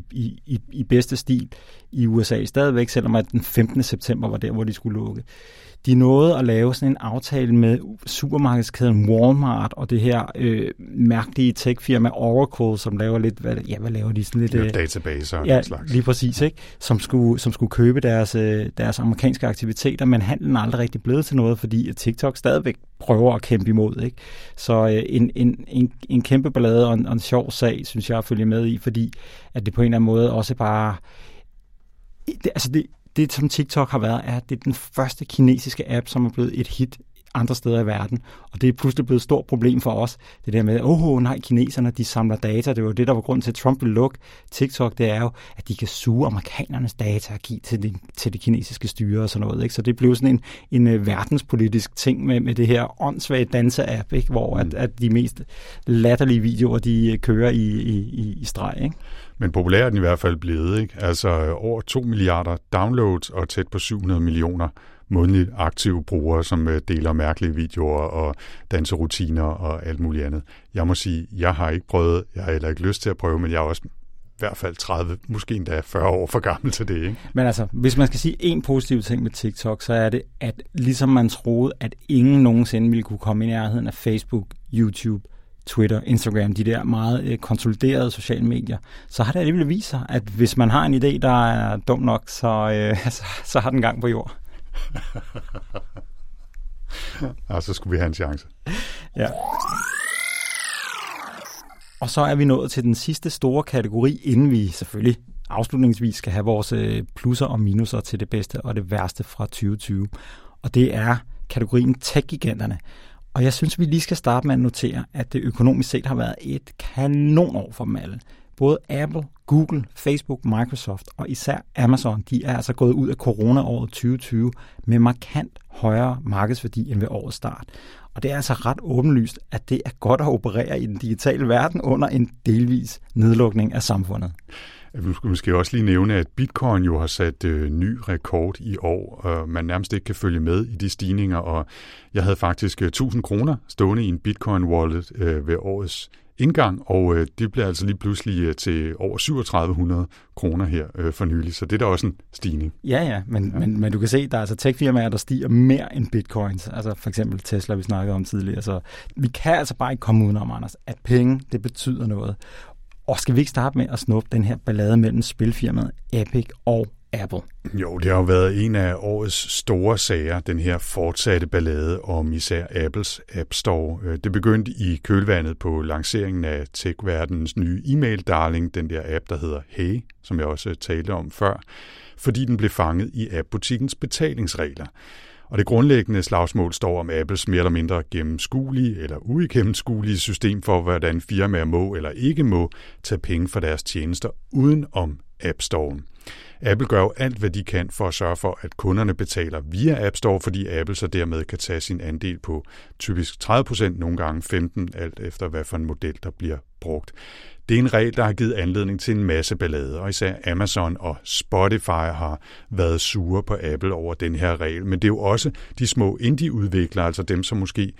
i bedste stil i USA stadigvæk, selvom at den 15. september var der, hvor de skulle lukke. De nåede at lave sådan en aftale med supermarkedskæden Walmart og det her mærkelige tech-firma Oracle, som laver lidt, hvad laver de? Sådan lidt databaser og ja, slags. Lige præcis, ikke? Som skulle købe deres amerikanske aktiviteter, men handlen er aldrig rigtig blevet til noget, fordi TikTok stadigvæk prøver at kæmpe imod, ikke? Så en kæmpe ballade og en sjov sag, synes jeg, at følge med i, fordi at det på en eller anden måde også bare det, som TikTok har været, er, at det er den første kinesiske app, som er blevet et hit andre steder i verden. Og det er pludselig blevet et stort problem for os. Det der med, nej, kineserne, de samler data. Det var det, der var grund til, at Trump ville lukke TikTok. Det er jo, at de kan suge amerikanernes data og give til det kinesiske styre og sådan noget. Ikke? Så det blev sådan en verdenspolitisk ting med det her åndssvage danse-app, ikke? Hvor at de mest latterlige videoer, de kører i streg, ikke? Men populær er den i hvert fald blevet, ikke? Altså over 2 milliarder downloads og tæt på 700 millioner månedligt aktive brugere, som deler mærkelige videoer og danserutiner og alt muligt andet. Jeg må sige, jeg har ikke prøvet, jeg har heller ikke lyst til at prøve, men jeg er også i hvert fald 30, måske endda 40 år for gammel til det, ikke? Men altså, hvis man skal sige en positiv ting med TikTok, så er det, at ligesom man troede, at ingen nogensinde ville kunne komme i nærheden af Facebook, YouTube, Twitter, Instagram, de der meget konsoliderede sociale medier, så har det alligevel vist sig, at hvis man har en idé, der er dum nok, så har den gang på jord. Så skulle vi have en chance. Ja. Og så er vi nået til den sidste store kategori, inden vi selvfølgelig afslutningsvis skal have vores plusser og minuser til det bedste og det værste fra 2020. Og det er kategorien tech-giganterne. Og jeg synes, vi lige skal starte med at notere, at det økonomisk set har været et kanonår for dem alle. Både Apple, Google, Facebook, Microsoft og især Amazon, de er altså gået ud af coronaåret 2020 med markant højere markedsværdi end ved årets start. Og det er altså ret åbenlyst, at det er godt at operere i den digitale verden under en delvis nedlukning af samfundet. Vi skal måske også lige nævne, at Bitcoin jo har sat ny rekord i år, og man nærmest ikke kan følge med i de stigninger, og jeg havde faktisk 1.000 kroner stående i en Bitcoin-wallet ved årets indgang, og det bliver altså lige pludselig til over 3700 kroner her for nylig, så det er da også en stigning. Ja, men du kan se, der er altså tech-firmaer, der stiger mere end bitcoins, altså for eksempel Tesla, vi snakkede om tidligere, så vi kan altså bare ikke komme udenom, Anders, at penge, det betyder noget. Og skal vi ikke starte med at snuppe den her ballade mellem spilfirmaet Epic og Apple? Jo, det har jo været en af årets store sager, den her fortsatte ballade om især Apples App Store. Det begyndte i kølvandet på lanceringen af tech-verdenens nye e-mail-darling, den der app, der hedder Hey, som jeg også talte om før, fordi den blev fanget i app-butikkens betalingsregler. Og det grundlæggende slagsmål står om Apples mere eller mindre gennemskuelige eller uigennemskuelige system for, hvordan firmaer må eller ikke må tage penge for deres tjenester uden om App Store'en. Apple gør jo alt, hvad de kan for at sørge for, at kunderne betaler via App Store, fordi Apple så dermed kan tage sin andel på typisk 30%, nogle gange 15%, alt efter hvad for en model, der bliver brugt. Det er en regel, der har givet anledning til en masse ballade, og især Amazon og Spotify har været sure på Apple over den her regel. Men det er jo også de små indie-udviklere, altså dem, som måske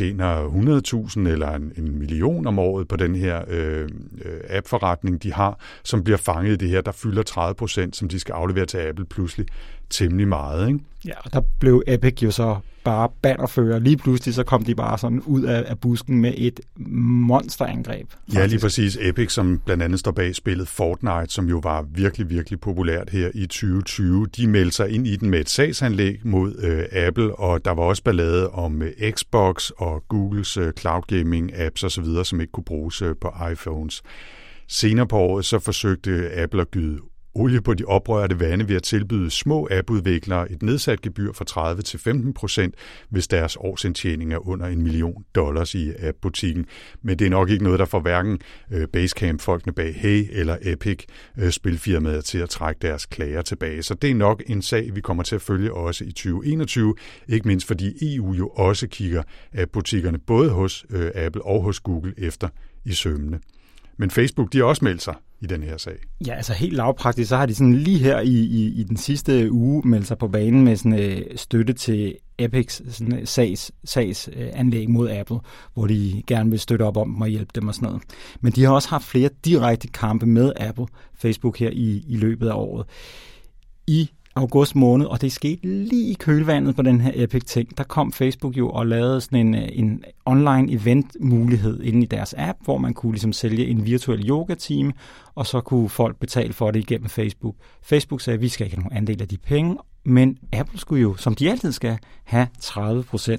tjener 100.000 eller 1 million om året på den her app-forretning, de har, som bliver fanget i det her, der fylder 30%, som de skal aflevere til Apple pludselig temmelig meget, ikke? Ja, og der blev Epic jo så bare bannerfører. Lige pludselig så kom de bare sådan ud af busken med et monsterangreb. Faktisk. Ja, lige præcis. Epic, som blandt andet står bag spillet Fortnite, som jo var virkelig, virkelig populært her i 2020. De meldte sig ind i den med et sagsanlæg mod Apple, og der var også ballade om Xbox og Googles cloud gaming apps osv., som ikke kunne bruges på iPhones. Senere på året så forsøgte Apple at gyde olie på de oprørte vande ved at tilbyde små appudviklere et nedsat gebyr fra 30% til 15%, hvis deres årsindtjening er under $1 million i appbutikken. Men det er nok ikke noget, der får hverken Basecamp-folkene bag Hey eller Epic spilfirmaet til at trække deres klager tilbage. Så det er nok en sag, vi kommer til at følge også i 2021, ikke mindst fordi EU jo også kigger appbutikkerne både hos Apple og hos Google efter i sømmene. Men Facebook, de har også meldt sig i den her sag. Ja, altså helt lavpraktisk, så har de sådan lige her i den sidste uge meldt sig på banen med sådan støtte til Epics sagsanlæg mod Apple, hvor de gerne vil støtte op om dem og hjælpe dem og sådan noget. Men de har også haft flere direkte kampe med Apple, Facebook her i løbet af året. I august måned, og det skete lige i kølvandet på den her Epic-ting. Der kom Facebook jo og lavede sådan en online event-mulighed inde i deres app, hvor man kunne ligesom sælge en virtuel yoga-time, og så kunne folk betale for det igennem Facebook. Facebook sagde, at vi skal ikke have nogen andel af de penge, men Apple skulle jo, som de altid skal, have 30%.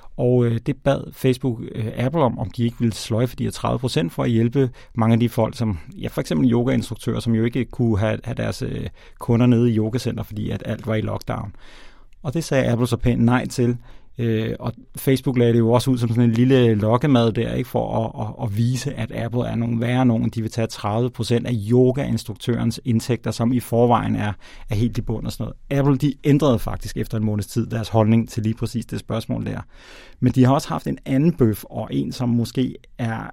Og det bad Facebook Apple om de ikke ville sløjfe de her 30% for at hjælpe mange af de folk, som for eksempel yogainstruktører, som jo ikke kunne have deres kunder nede i yogacenter, fordi at alt var i lockdown. Og det sagde Apple så pænt nej til. Og Facebook lagde det jo også ud som sådan en lille lokkemad der, ikke, for at vise, at Apple er nogle værre nogen. De vil tage 30% af yogainstruktørens indtægter, som i forvejen er helt i bund og sådan noget. Apple, de ændrede faktisk efter en måneds tid deres holdning til lige præcis det spørgsmål der. Men de har også haft en anden bøf, og en, som måske er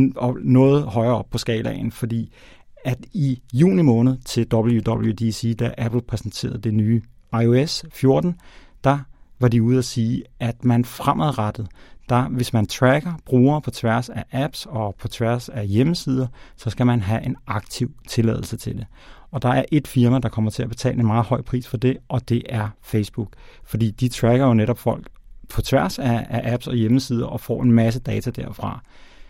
noget højere op på skalaen, fordi at i juni måned til WWDC, da Apple præsenterede det nye iOS 14, der var de ude at sige, at man fremadrettet, hvis man tracker brugere på tværs af apps og på tværs af hjemmesider, så skal man have en aktiv tilladelse til det. Og der er et firma, der kommer til at betale en meget høj pris for det, og det er Facebook. Fordi de tracker jo netop folk på tværs af apps og hjemmesider og får en masse data derfra.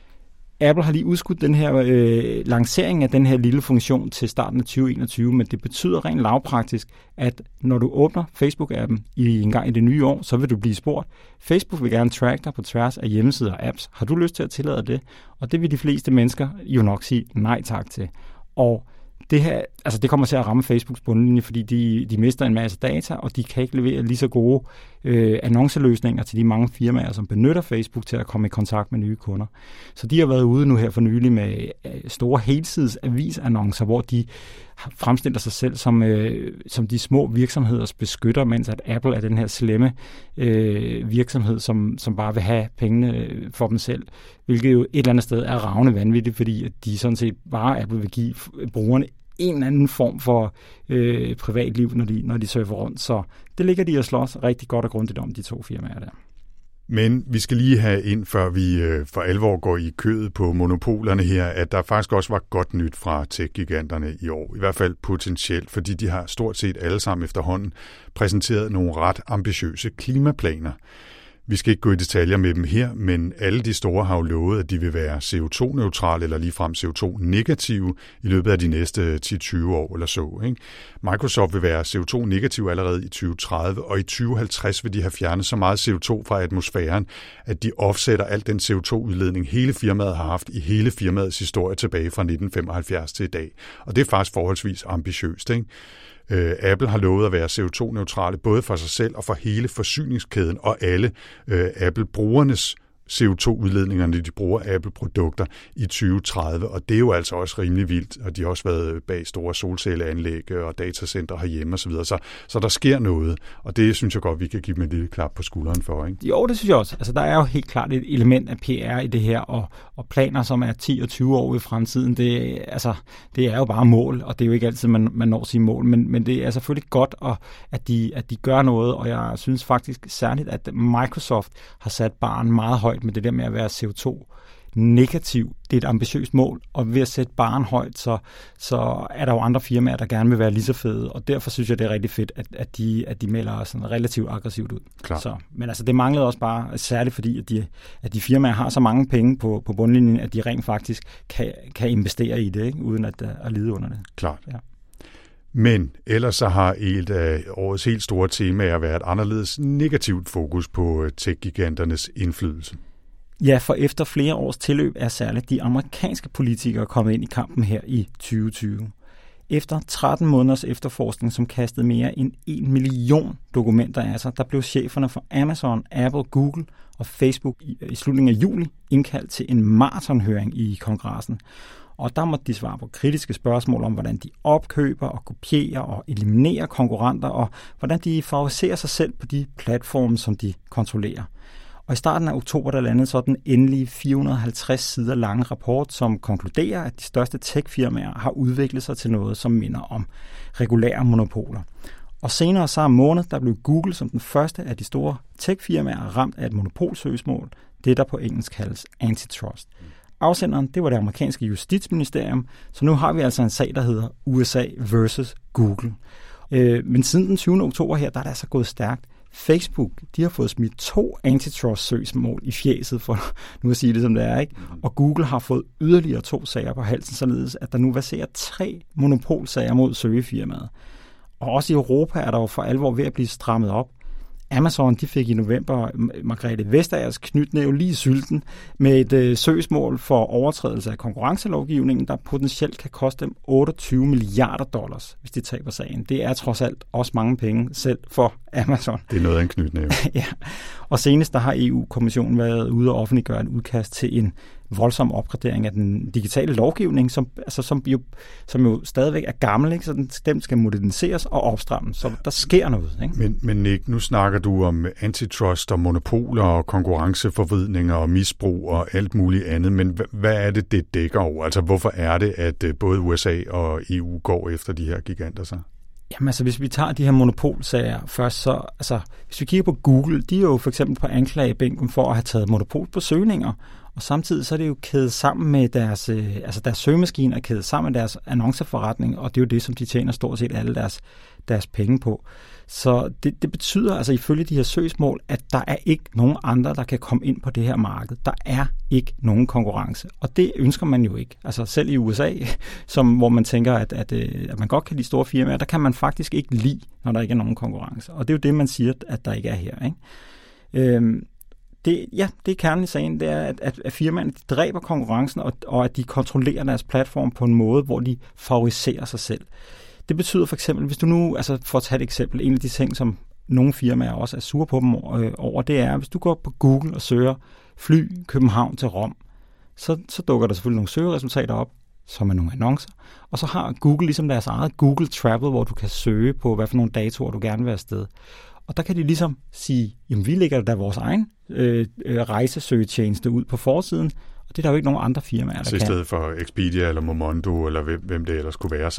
Apple har lige udskudt den her lancering af den her lille funktion til starten af 2021, men det betyder rent lavpraktisk, at når du åbner Facebook-appen en gang i det nye år, så vil du blive spurgt. Facebook vil gerne track dig på tværs af hjemmesider og apps. Har du lyst til at tillade det? Og det vil de fleste mennesker jo nok sige nej tak til. Og det her, altså det kommer til at ramme Facebooks bundlinje, fordi de mister en masse data, og de kan ikke levere lige så gode annonceløsninger til de mange firmaer, som benytter Facebook til at komme i kontakt med nye kunder. Så de har været ude nu her for nylig med store helsides avisannoncer, hvor de fremstiller sig selv som de små virksomheders beskytter, mens at Apple er den her slemme virksomhed, som bare vil have pengene for dem selv, hvilket jo et eller andet sted er ravne vanvittigt, fordi at de sådan set bare Apple vil give brugerne en eller anden form for privatliv, når de surfer rundt. Så det ligger de og slås rigtig godt og grundigt om, de to firmaer der. Men vi skal lige have ind, før vi for alvor går i kødet på monopolerne her, at der faktisk også var godt nyt fra tech-giganterne i år. I hvert fald potentielt, fordi de har stort set alle sammen efterhånden præsenteret nogle ret ambitiøse klimaplaner. Vi skal ikke gå i detaljer med dem her, men alle de store har jo lovet, at de vil være CO2-neutrale eller ligefrem CO2-negative i løbet af de næste 10-20 år eller så. Ikke? Microsoft vil være CO2-negativ allerede i 2030, og i 2050 vil de have fjernet så meget CO2 fra atmosfæren, at de offsetter al den CO2-udledning, hele firmaet har haft i hele firmaets historie tilbage fra 1975 til i dag. Og det er faktisk forholdsvis ambitiøst, ikke? Apple har lovet at være CO2-neutrale både for sig selv og for hele forsyningskæden og alle Apple-brugernes CO2-udledninger, når de bruger Apple-produkter i 2030, og det er jo altså også rimelig vildt, og de har også været bag store solcelleanlæg og datacenter herhjemme osv., så der sker noget, og det synes jeg godt, vi kan give dem et lille klap på skulderen for, ikke? Jo, det synes jeg også. Altså, der er jo helt klart et element af PR i det her, og planer, som er 10 og 20 år i fremtiden, det er jo bare mål, og det er jo ikke altid, man når sine mål, men det er selvfølgelig godt, at de gør noget, og jeg synes faktisk særligt, at Microsoft har sat barren meget højt med det der med at være CO2-negativ. Det er et ambitiøst mål, og ved at sætte barren højt, så er der jo andre firmaer, der gerne vil være lige så fede, og derfor synes jeg, det er rigtig fedt, at de melder sådan relativt aggressivt ud. Så, men altså, det manglede også bare, særligt fordi, at de firmaer har så mange penge på bundlinjen, at de rent faktisk kan investere i det, ikke? Uden at lide under det. Klart. Ja. Men ellers så har et af årets helt store temaer været anderledes negativt fokus på tech-giganternes indflydelse. Ja, for efter flere års tilløb er særligt de amerikanske politikere kommet ind i kampen her i 2020. Efter 13 måneders efterforskning, som kastede mere end 1 million dokumenter af sig, der blev cheferne for Amazon, Apple, Google og Facebook i slutningen af juli indkaldt til en maratonhøring i kongressen. Og der måtte de svare på kritiske spørgsmål om, hvordan de opkøber og kopierer og eliminerer konkurrenter, og hvordan de favoriserer sig selv på de platforme, som de kontrollerer. Og i starten af oktober, der landede så den endelige 450 sider lange rapport, som konkluderer, at de største tech-firmaer har udviklet sig til noget, som minder om regulære monopoler. Og senere samme måned, der blev Google som den første af de store tech-firmaer ramt af et monopolsøgsmål, det der på engelsk kaldes antitrust. Afsenderen, det var det amerikanske justitsministerium, så nu har vi altså en sag, der hedder USA versus Google. Men siden den 20. oktober her, der er det altså gået stærkt. Facebook, de har fået smidt 2 antitrust-søgsmål i fjæset, for nu at sige det som det er, ikke? Og Google har fået yderligere 2 sager på halsen, således at der nu verserer 3 monopolsager mod søgefirmaet. Og også i Europa er der jo for alvor ved at blive strammet op. Amazon, de fik i november Margrethe Vestagers knytnæve lige i sylten med et søgsmål for overtrædelse af konkurrencelovgivningen, der potentielt kan koste dem $28 milliarder, hvis de taber sagen. Det er trods alt også mange penge selv for Amazon. Det er noget af en knytnæve. Ja, og senest der har EU-kommissionen været ude og offentliggøre et udkast til en voldsom opgradering af den digitale lovgivning, som jo stadigvæk er gammel, ikke? Så den skal moderniseres og opstrammes, så der sker noget. Ikke? Men Nick, nu snakker du om antitrust og monopoler og konkurrenceforvridninger og misbrug og alt muligt andet, men hvad er det dækker over? Altså hvorfor er det, at både USA og EU går efter de her giganter så? Jamen altså, hvis vi tager de her monopolsager først, så altså, hvis vi kigger på Google, de er jo for eksempel på anklagebænken for at have taget monopol på søgninger, og samtidig så er det jo kædet sammen med deres søgemaskine er kædet sammen med deres annonceforretning, og det er jo det, som de tjener stort set alle deres penge på. Så det betyder altså ifølge de her søgsmål, at der er ikke nogen andre, der kan komme ind på det her marked. Der er ikke nogen konkurrence, og det ønsker man jo ikke. Altså selv i USA, hvor man tænker, at man godt kan lide store firmaer, der kan man faktisk ikke lide, når der ikke er nogen konkurrence. Og det er jo det, man siger, at der ikke er her, ikke? Det er kernen i sagen, det er, at firmaerne dræber konkurrencen, og at de kontrollerer deres platform på en måde, hvor de favoriserer sig selv. Det betyder for eksempel, hvis du nu, altså for at tage et eksempel, en af de ting, som nogle firmaer også er sure på dem over, det er, hvis du går på Google og søger fly København til Rom, så dukker der selvfølgelig nogle søgeresultater op, som er nogle annoncer, og så har Google ligesom deres eget Google Travel, hvor du kan søge på, hvad for nogle datoer du gerne vil have afsted. Og der kan de ligesom sige, jamen vi lægger da vores egen rejsesøgetjeneste ud på forsiden, og det er der jo ikke nogen andre firmaer, der kan. Så i stedet for Expedia eller Momondo, eller hvem det ellers kunne være, så er det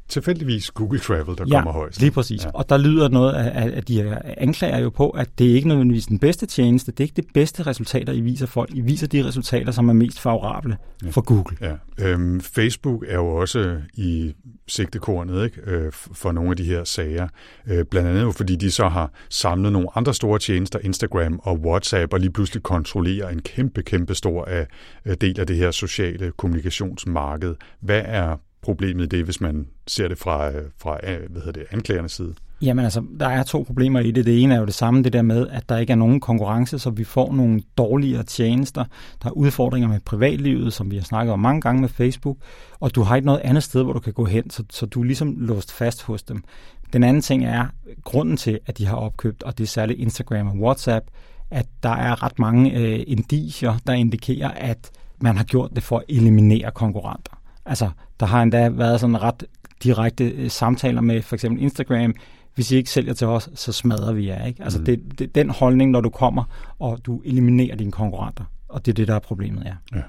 tilfældigvis Google Travel, der kommer højst. Lige præcis. Ja. Og der lyder noget af de her anklager jo på, at det ikke nødvendigvis den bedste tjeneste, det er ikke det bedste resultater, I viser folk. I viser de resultater, som er mest favorable for Google. Ja. Facebook er jo også i sigtekornet, ikke? For nogle af de her sager. Blandt andet jo, fordi de så har samlet nogle andre store tjenester, Instagram og WhatsApp, og lige pludselig kontrollerer en kæmpe stor del af det her sociale kommunikationsmarked. Hvad er problemet i det, hvis man ser det fra anklagernes side? Jamen altså, der er 2 problemer i det. Det ene er jo det samme, det der med, at der ikke er nogen konkurrence, så vi får nogle dårligere tjenester. Der er udfordringer med privatlivet, som vi har snakket om mange gange med Facebook, og du har ikke noget andet sted, hvor du kan gå hen, så du er ligesom låst fast hos dem. Den anden ting er, grunden til, at de har opkøbt, og det er særligt Instagram og WhatsApp, at der er ret mange indicier, der indikerer, at man har gjort det for at eliminere konkurrenter. Altså, der har endda været sådan ret direkte samtaler med for eksempel Instagram. Hvis I ikke sælger til os, så smadrer vi jer, ikke? Altså, det er den holdning, når du kommer, og du eliminerer dine konkurrenter. Og det er det, der er problemet, ja.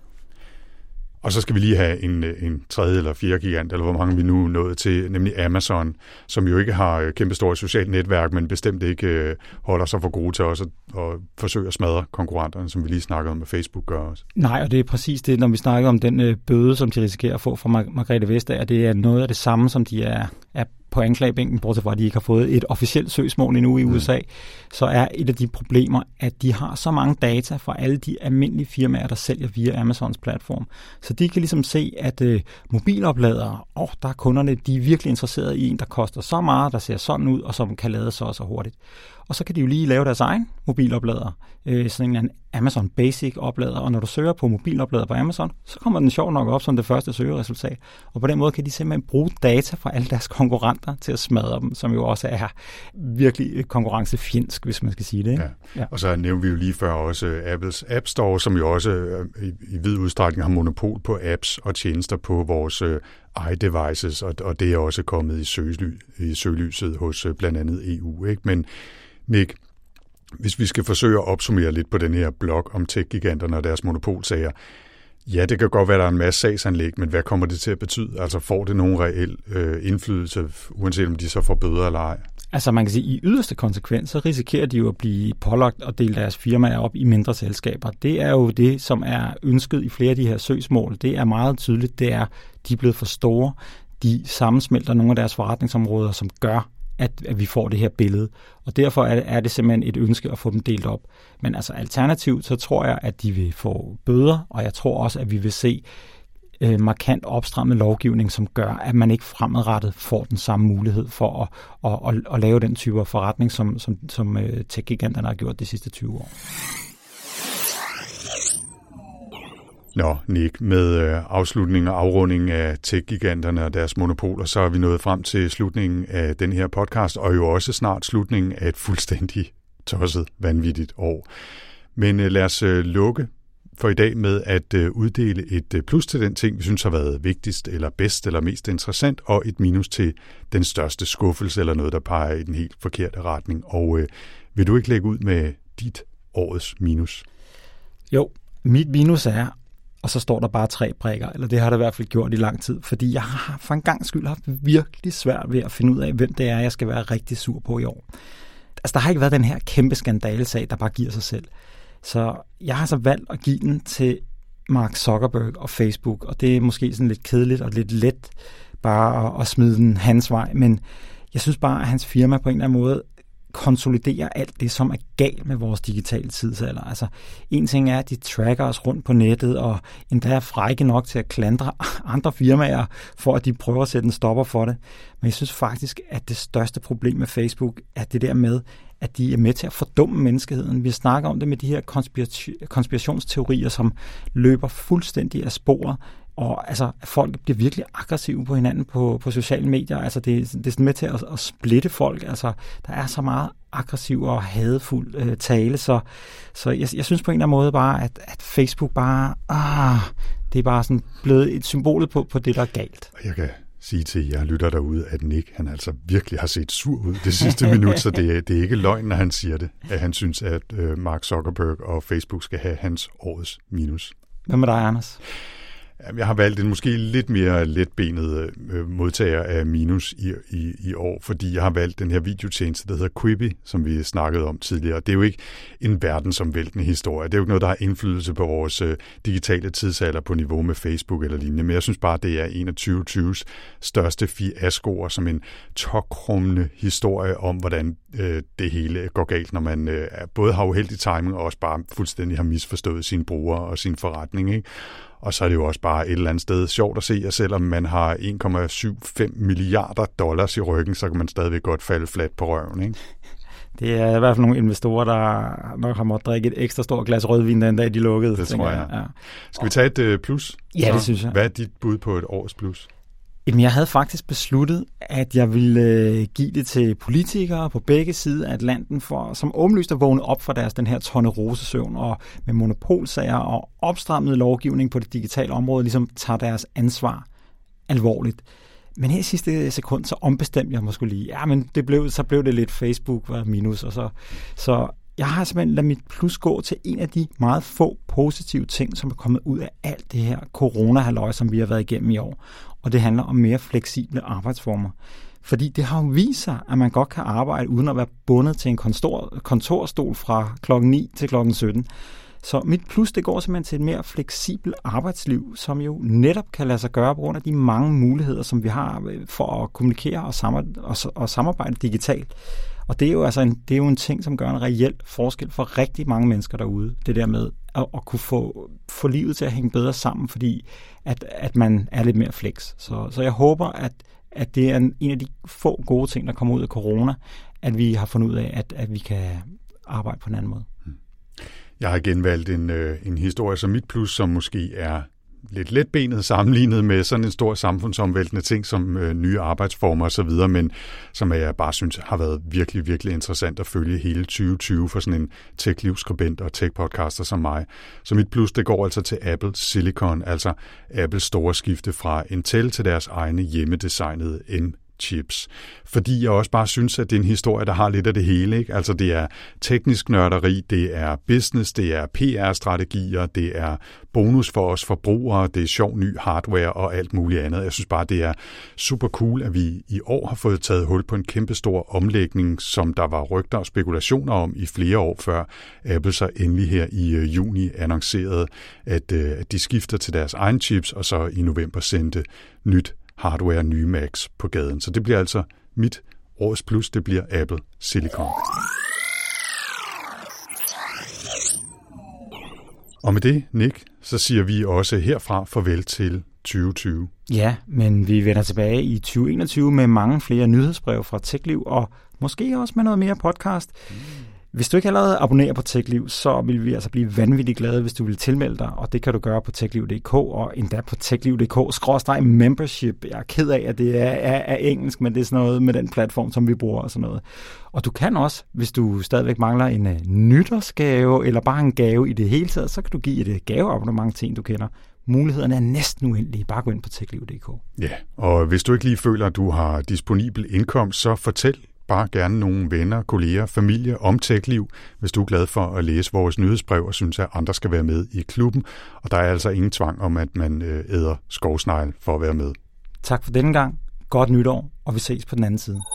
Og så skal vi lige have en tredje eller fjerde gigant, eller hvor mange vi nu er nået til, nemlig Amazon, som jo ikke har kæmpestort socialt netværk, men bestemt ikke holder sig for gode til os at forsøge at smadre konkurrenterne, som vi lige snakkede om, at Facebook gør også. Nej, og det er præcis det, når vi snakker om den bøde, som de risikerer at få fra Margrethe Vestager, det er noget af det samme, som de er på anklagebænken, bortset fra, at de ikke har fået et officielt søgsmål endnu i USA, så er et af de problemer, at de har så mange data fra alle de almindelige firmaer, der sælger via Amazons platform. Så de kan ligesom se, at mobilopladere, der er kunderne, de er virkelig interesserede i en, der koster så meget, der ser sådan ud, og som kan lade så hurtigt. Og så kan de jo lige lave deres egen mobiloplader, sådan en Amazon Basic oplader, og når du søger på mobiloplader på Amazon, så kommer den sjovt nok op som det første søgeresultat. Og på den måde kan de simpelthen bruge data fra alle deres konkurrenter til at smadre dem, som jo også er virkelig konkurrencefjendsk, hvis man skal sige det. Ikke? Ja. Og så nævnte vi jo lige før også Apples App Store, som jo også i vid udstrækning har monopol på apps og tjenester på vores iDevices, og det er også kommet i søgelyset hos blandt andet EU. Ikke? Men Nick, hvis vi skal forsøge at opsummere lidt på den her blog om tech-giganterne og deres monopolsager, ja, det kan godt være, der er en masse sagsanlæg, men hvad kommer det til at betyde? Altså får det nogen reel indflydelse, uanset om de så får bøder eller ej? Altså man kan sige, at i yderste konsekvens, så risikerer de jo at blive pålagt og dele deres firmaer op i mindre selskaber. Det er jo det, som er ønsket i flere af de her søgsmål. Det er meget tydeligt, det er, de er blevet for store. De sammensmelter nogle af deres forretningsområder, som gør, at vi får det her billede. Og derfor er det simpelthen et ønske at få dem delt op. Men altså alternativt, så tror jeg, at de vil få bøder, og jeg tror også, at vi vil se markant opstrammet lovgivning, som gør, at man ikke fremadrettet får den samme mulighed for at lave den type af forretning, som tech-giganterne har gjort de sidste 20 år. Nå, Nick, med afslutningen og afrundingen af tech-giganterne og deres monopoler, så er vi nået frem til slutningen af den her podcast, og jo også snart slutningen af et fuldstændig tosset, vanvittigt år. Men lad os lukke for i dag med at uddele et plus til den ting, vi synes har været vigtigst, eller bedst, eller mest interessant, og et minus til den største skuffelse, eller noget, der peger i den helt forkerte retning. Og vil du ikke lægge ud med dit årets minus? Jo, mit minus er, og så står der bare 3 prikker, eller det har det i hvert fald gjort i lang tid, fordi jeg har for en gang skyld haft virkelig svært ved at finde ud af, hvem det er, jeg skal være rigtig sur på i år. Altså, der har ikke været den her kæmpe skandalesag, der bare giver sig selv. Så jeg har så valgt at give den til Mark Zuckerberg og Facebook, og det er måske sådan lidt kedeligt og lidt let bare at smide den hans vej, men jeg synes bare, at hans firma på en eller anden måde konsoliderer alt det, som er galt med vores digitale tidsalder. Altså, en ting er, at de tracker os rundt på nettet, og endda er frække nok til at klandre andre firmaer, for at de prøver at sætte en stopper for det. Men jeg synes faktisk, at det største problem med Facebook er det der med, at de er med til at fordumme menneskeheden. Vi snakker om det med de her konspirationsteorier, som løber fuldstændig af sporet. Og altså, folk bliver virkelig aggressive på hinanden på sociale medier. Altså, det er sådan med til at splitte folk. Altså, der er så meget aggressiv og hadefuld tale. Så jeg synes på en eller anden måde bare, at Facebook bare... det er bare sådan blevet et symbol på det, der er galt. Jeg kan sige til jer lytter derude, at Nick, han altså virkelig har set sur ud det sidste minut, så det er ikke løgn, når han siger det, at han synes, at Mark Zuckerberg og Facebook skal have hans årets minus. Hvad med dig, Anders? Jeg har valgt en måske lidt mere letbenet modtager af Minus i år, fordi jeg har valgt den her videotjeneste, der hedder Quibi, som vi snakkede om tidligere. Det er jo ikke en verdensomvæltende historie. Det er jo ikke noget, der har indflydelse på vores digitale tidsalder på niveau med Facebook eller lignende. Men jeg synes bare, det er en af 2020's største fiaskoer, som en tokrummende historie om, hvordan det hele går galt, når man både har uheldig timing og også bare fuldstændig har misforstået sine brugere og sin forretning, ikke? Og så er det jo også bare et eller andet sted sjovt at se, at selvom man har 1,75 milliarder dollars i ryggen, så kan man stadigvæk godt falde fladt på røven, ikke? Det er i hvert fald nogle investorer, der nok har måttet drikke et ekstra stort glas rødvin den dag, de lukkede. Det tror jeg. Ja. Skal vi tage et plus? Ja, så, det synes jeg. Hvad er dit bud på et års plus? Jamen, jeg havde faktisk besluttet, at jeg ville give det til politikere på begge sider af Atlanten, som åbenlyst er vågnet op for den her tornerosesøvn, og med monopolsager og opstrammet lovgivning på det digitale område, ligesom tager deres ansvar alvorligt. Men her i sidste sekund, så ombestemte jeg måske lige. Ja, men så blev det lidt Facebook var minus, og så jeg har simpelthen ladet mit plus gå til en af de meget få positive ting, som er kommet ud af alt det her corona-halløj, som vi har været igennem i år. Og det handler om mere fleksible arbejdsformer. Fordi det har jo vist sig, at man godt kan arbejde uden at være bundet til en kontorstol fra klokken 9 til klokken 17. Så mit plus, det går simpelthen til et mere fleksibelt arbejdsliv, som jo netop kan lade sig gøre på grund af de mange muligheder, som vi har for at kommunikere og samarbejde digitalt. Og det er jo det er jo en ting, som gør en reel forskel for rigtig mange mennesker derude. Det der med at kunne få livet til at hænge bedre sammen, fordi at man er lidt mere flex. Så jeg håber, at det er en af de få gode ting, der kommer ud af corona, at vi har fundet ud af, at vi kan arbejde på en anden måde. Jeg har genvalgt en historie som mit plus, som måske er lidt letbenet sammenlignet med sådan en stor samfundsomvæltende ting som nye arbejdsformer osv., men som jeg bare synes har været virkelig, virkelig interessant at følge hele 2020 for sådan en tech-livsskribent og tech-podcaster som mig. Så mit plus, det går altså til Apple Silicon, altså Apples store skifte fra Intel til deres egne hjemmedesignede chips. Fordi jeg også bare synes, at det er en historie, der har lidt af det hele, ikke? Altså det er teknisk nørderi, det er business, det er PR-strategier, det er bonus for os forbrugere, det er sjov ny hardware og alt muligt andet. Jeg synes bare, det er super cool, at vi i år har fået taget hul på en kæmpestor omlægning, som der var rygter og spekulationer om i flere år før Apple så endelig her i juni annoncerede, at de skifter til deres egen chips, og så i november sendte nyt hardware, nye Macs på gaden. Så det bliver altså mit års plus, det bliver Apple Silicon. Og med det, Nick, så siger vi også herfra farvel til 2020. Ja, men vi vender tilbage i 2021 med mange flere nyhedsbreve fra TechLiv, og måske også med noget mere podcast. Hvis du ikke allerede abonnerer på TechLiv, så vil vi altså blive vanvittigt glade, hvis du vil tilmelde dig, og det kan du gøre på techliv.dk og endda på techliv.dk/membership. Jeg er ked af, at det er engelsk, men det er sådan noget med den platform, som vi bruger og sådan noget. Og du kan også, hvis du stadigvæk mangler en nytårsgave eller bare en gave i det hele taget, så kan du give et gaveabonnement til en, du kender. Mulighederne er næsten uendelige. Bare gå ind på techliv.dk. Ja, og hvis du ikke lige føler, at du har disponibel indkomst, så fortæl bare gerne nogle venner, kolleger, familie om TechLiv, hvis du er glad for at læse vores nyhedsbrev og synes, at andre skal være med i klubben. Og der er altså ingen tvang om, at man æder skovsnegl for at være med. Tak for denne gang. Godt nytår, og vi ses på den anden side.